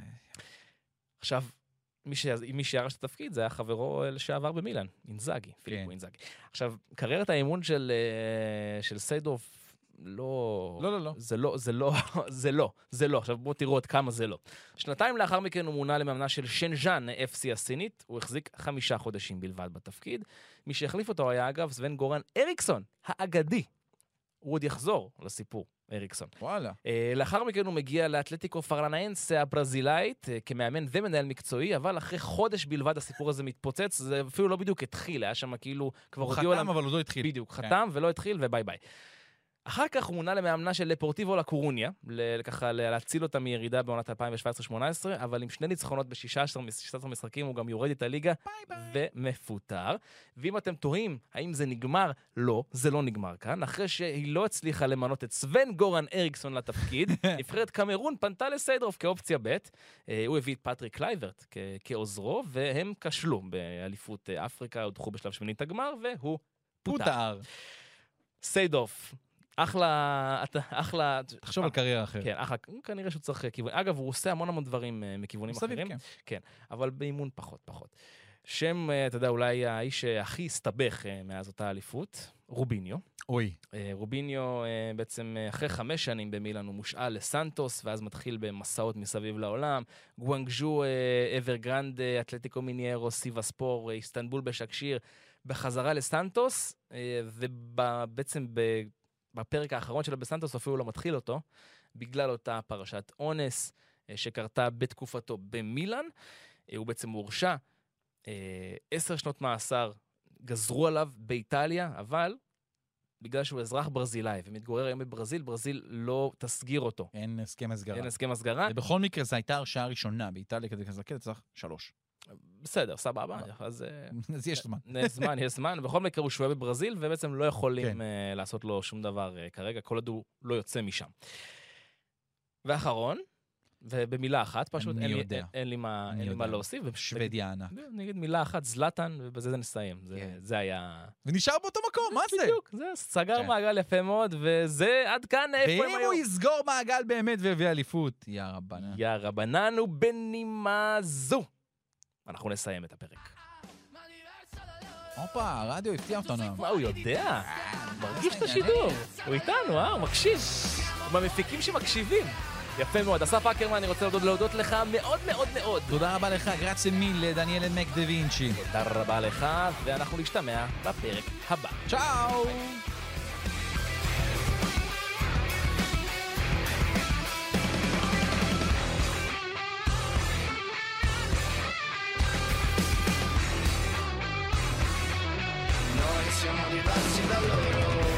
עכשיו, מי, ש... מי שירש את התפקיד זה היה חברו לשעבר במילאן, אינזאגי, פיליפו אינזאגי. עכשיו, קריירת האימון של, של סיידורף, לא, לא, לא, לא. זה לא, זה לא, זה לא, זה לא. עכשיו בואו תראו עוד כמה זה לא. שנתיים לאחר מכן הוא מונה למאמנה של שנז'אן, אף סי הסינית, הוא החזיק חמישה חודשים בלבד בתפקיד. מי שהחליף אותו היה אגב סוון גורן אריקסון, האגדי. הוא עוד יחזור לסיפור, אריקסון. וואלה. לאחר מכן הוא מגיע לאתלטיקו פרלנאנס הברזילאית, כמאמן ומנהל מקצועי, אבל אחרי חודש בלבד הסיפור הזה מתפוצץ, זה אפילו לא בדיוק התחיל, היה שם כאילו כבר הוא חתם אבל הוא לא התחיל. בדיוק, חתם ולא התחיל וביי ביי. אחר כך הוא מונה למאמנה של לפורטיבו לקורוניה, ככה להציל אותה מירידה בעונת אלפיים שבע עשרה שמונה עשרה, אבל עם שני ניצחונות ב-שישה עשר משחקים הוא גם יורד את הליגה ומפוטר. ואם אתם תוהים האם זה נגמר, לא, זה לא נגמר כאן. אחרי שהיא לא הצליחה למנות את סוון גורן אריקסון לתפקיד, נבחרת קמרון פנתה לסיידורף כאופציה ב', הוא הביא את פטריק קלייברט כעוזרו, והם כשלו באליפות אפריקה, הודחו בשלב שמינית הגמר, והוא פוטר. סיידורף. אחלה, אחלה... תחשוב על קריירה אחרת. כן, אחלה, כנראה שהוא צריך כיוון. אגב, הוא עושה המון המון דברים מכיוונים אחרים. כן. כן, אבל באימון פחות, פחות. שם, אתה יודע, אולי האיש הכי הסתבך מאז אותה אליפות, רוביניו. אוי. רוביניו בעצם אחרי חמש שנים במילאן הוא מושאל לסנטוס, ואז מתחיל במסעות מסביב לעולם. גואנגז'ו, אברגרנד, אתלטיקו מיניירו, סיבה ספור, איסטנבול בשקשיר, בחזרה לסנטוס, ובעצם ב... בפרק האחרון שלה בסנטוס אפילו לא מתחיל אותו, בגלל אותה פרשת אונס שקרתה בתקופתו במילאן. הוא בעצם הורשע, עשר שנות מאסר גזרו עליו באיטליה, אבל בגלל שהוא אזרח ברזילאי ומתגורר היום בברזיל, ברזיל לא תסגיר אותו. אין הסכם הסגרה. אין הסכם הסגרה. ובכל מקרה זו הייתה הרשעה ראשונה באיטליה, כדי כזכת צריך שלוש. בסדר, סבבה. אז יש זמן. יש זמן, יש זמן. בכל מקרה הוא שוהה בברזיל, ובעצם לא יכולים לעשות לו שום דבר כרגע, כל עוד הוא לא יוצא משם. ואחרון, ובמילה אחת, פשוט אין לי מה להוסיף. שוודיה ענק. נגיד מילה אחת, זלטן, ובזה זה נסיים. זה היה... ונשאר באותו מקום, מה זה? בדיוק, זה סגר מעגל יפה מאוד, וזה עד כאן איפה הם היום. ואם הוא יסגור מעגל באמת והביא אליפות, יא רבנן. יא רבנן, ובנימה זו. אנחנו נסיים את הפרק. הופה, הרדיו הפתיע אותנו. מה, הוא יודע? מרגיש את השידור. הוא איתנו, אה? הוא מקשיב. הוא מהמפיקים שמקשיבים. יפה מאוד. אסף אקרמן, אני רוצה להודות לך מאוד מאוד מאוד. תודה רבה לך, גרציה מיל, דניאל מק דה וינצ'י. תודה רבה לך, ואנחנו נשתמע בפרק הבא. צ'או! Siamo diversi da loro.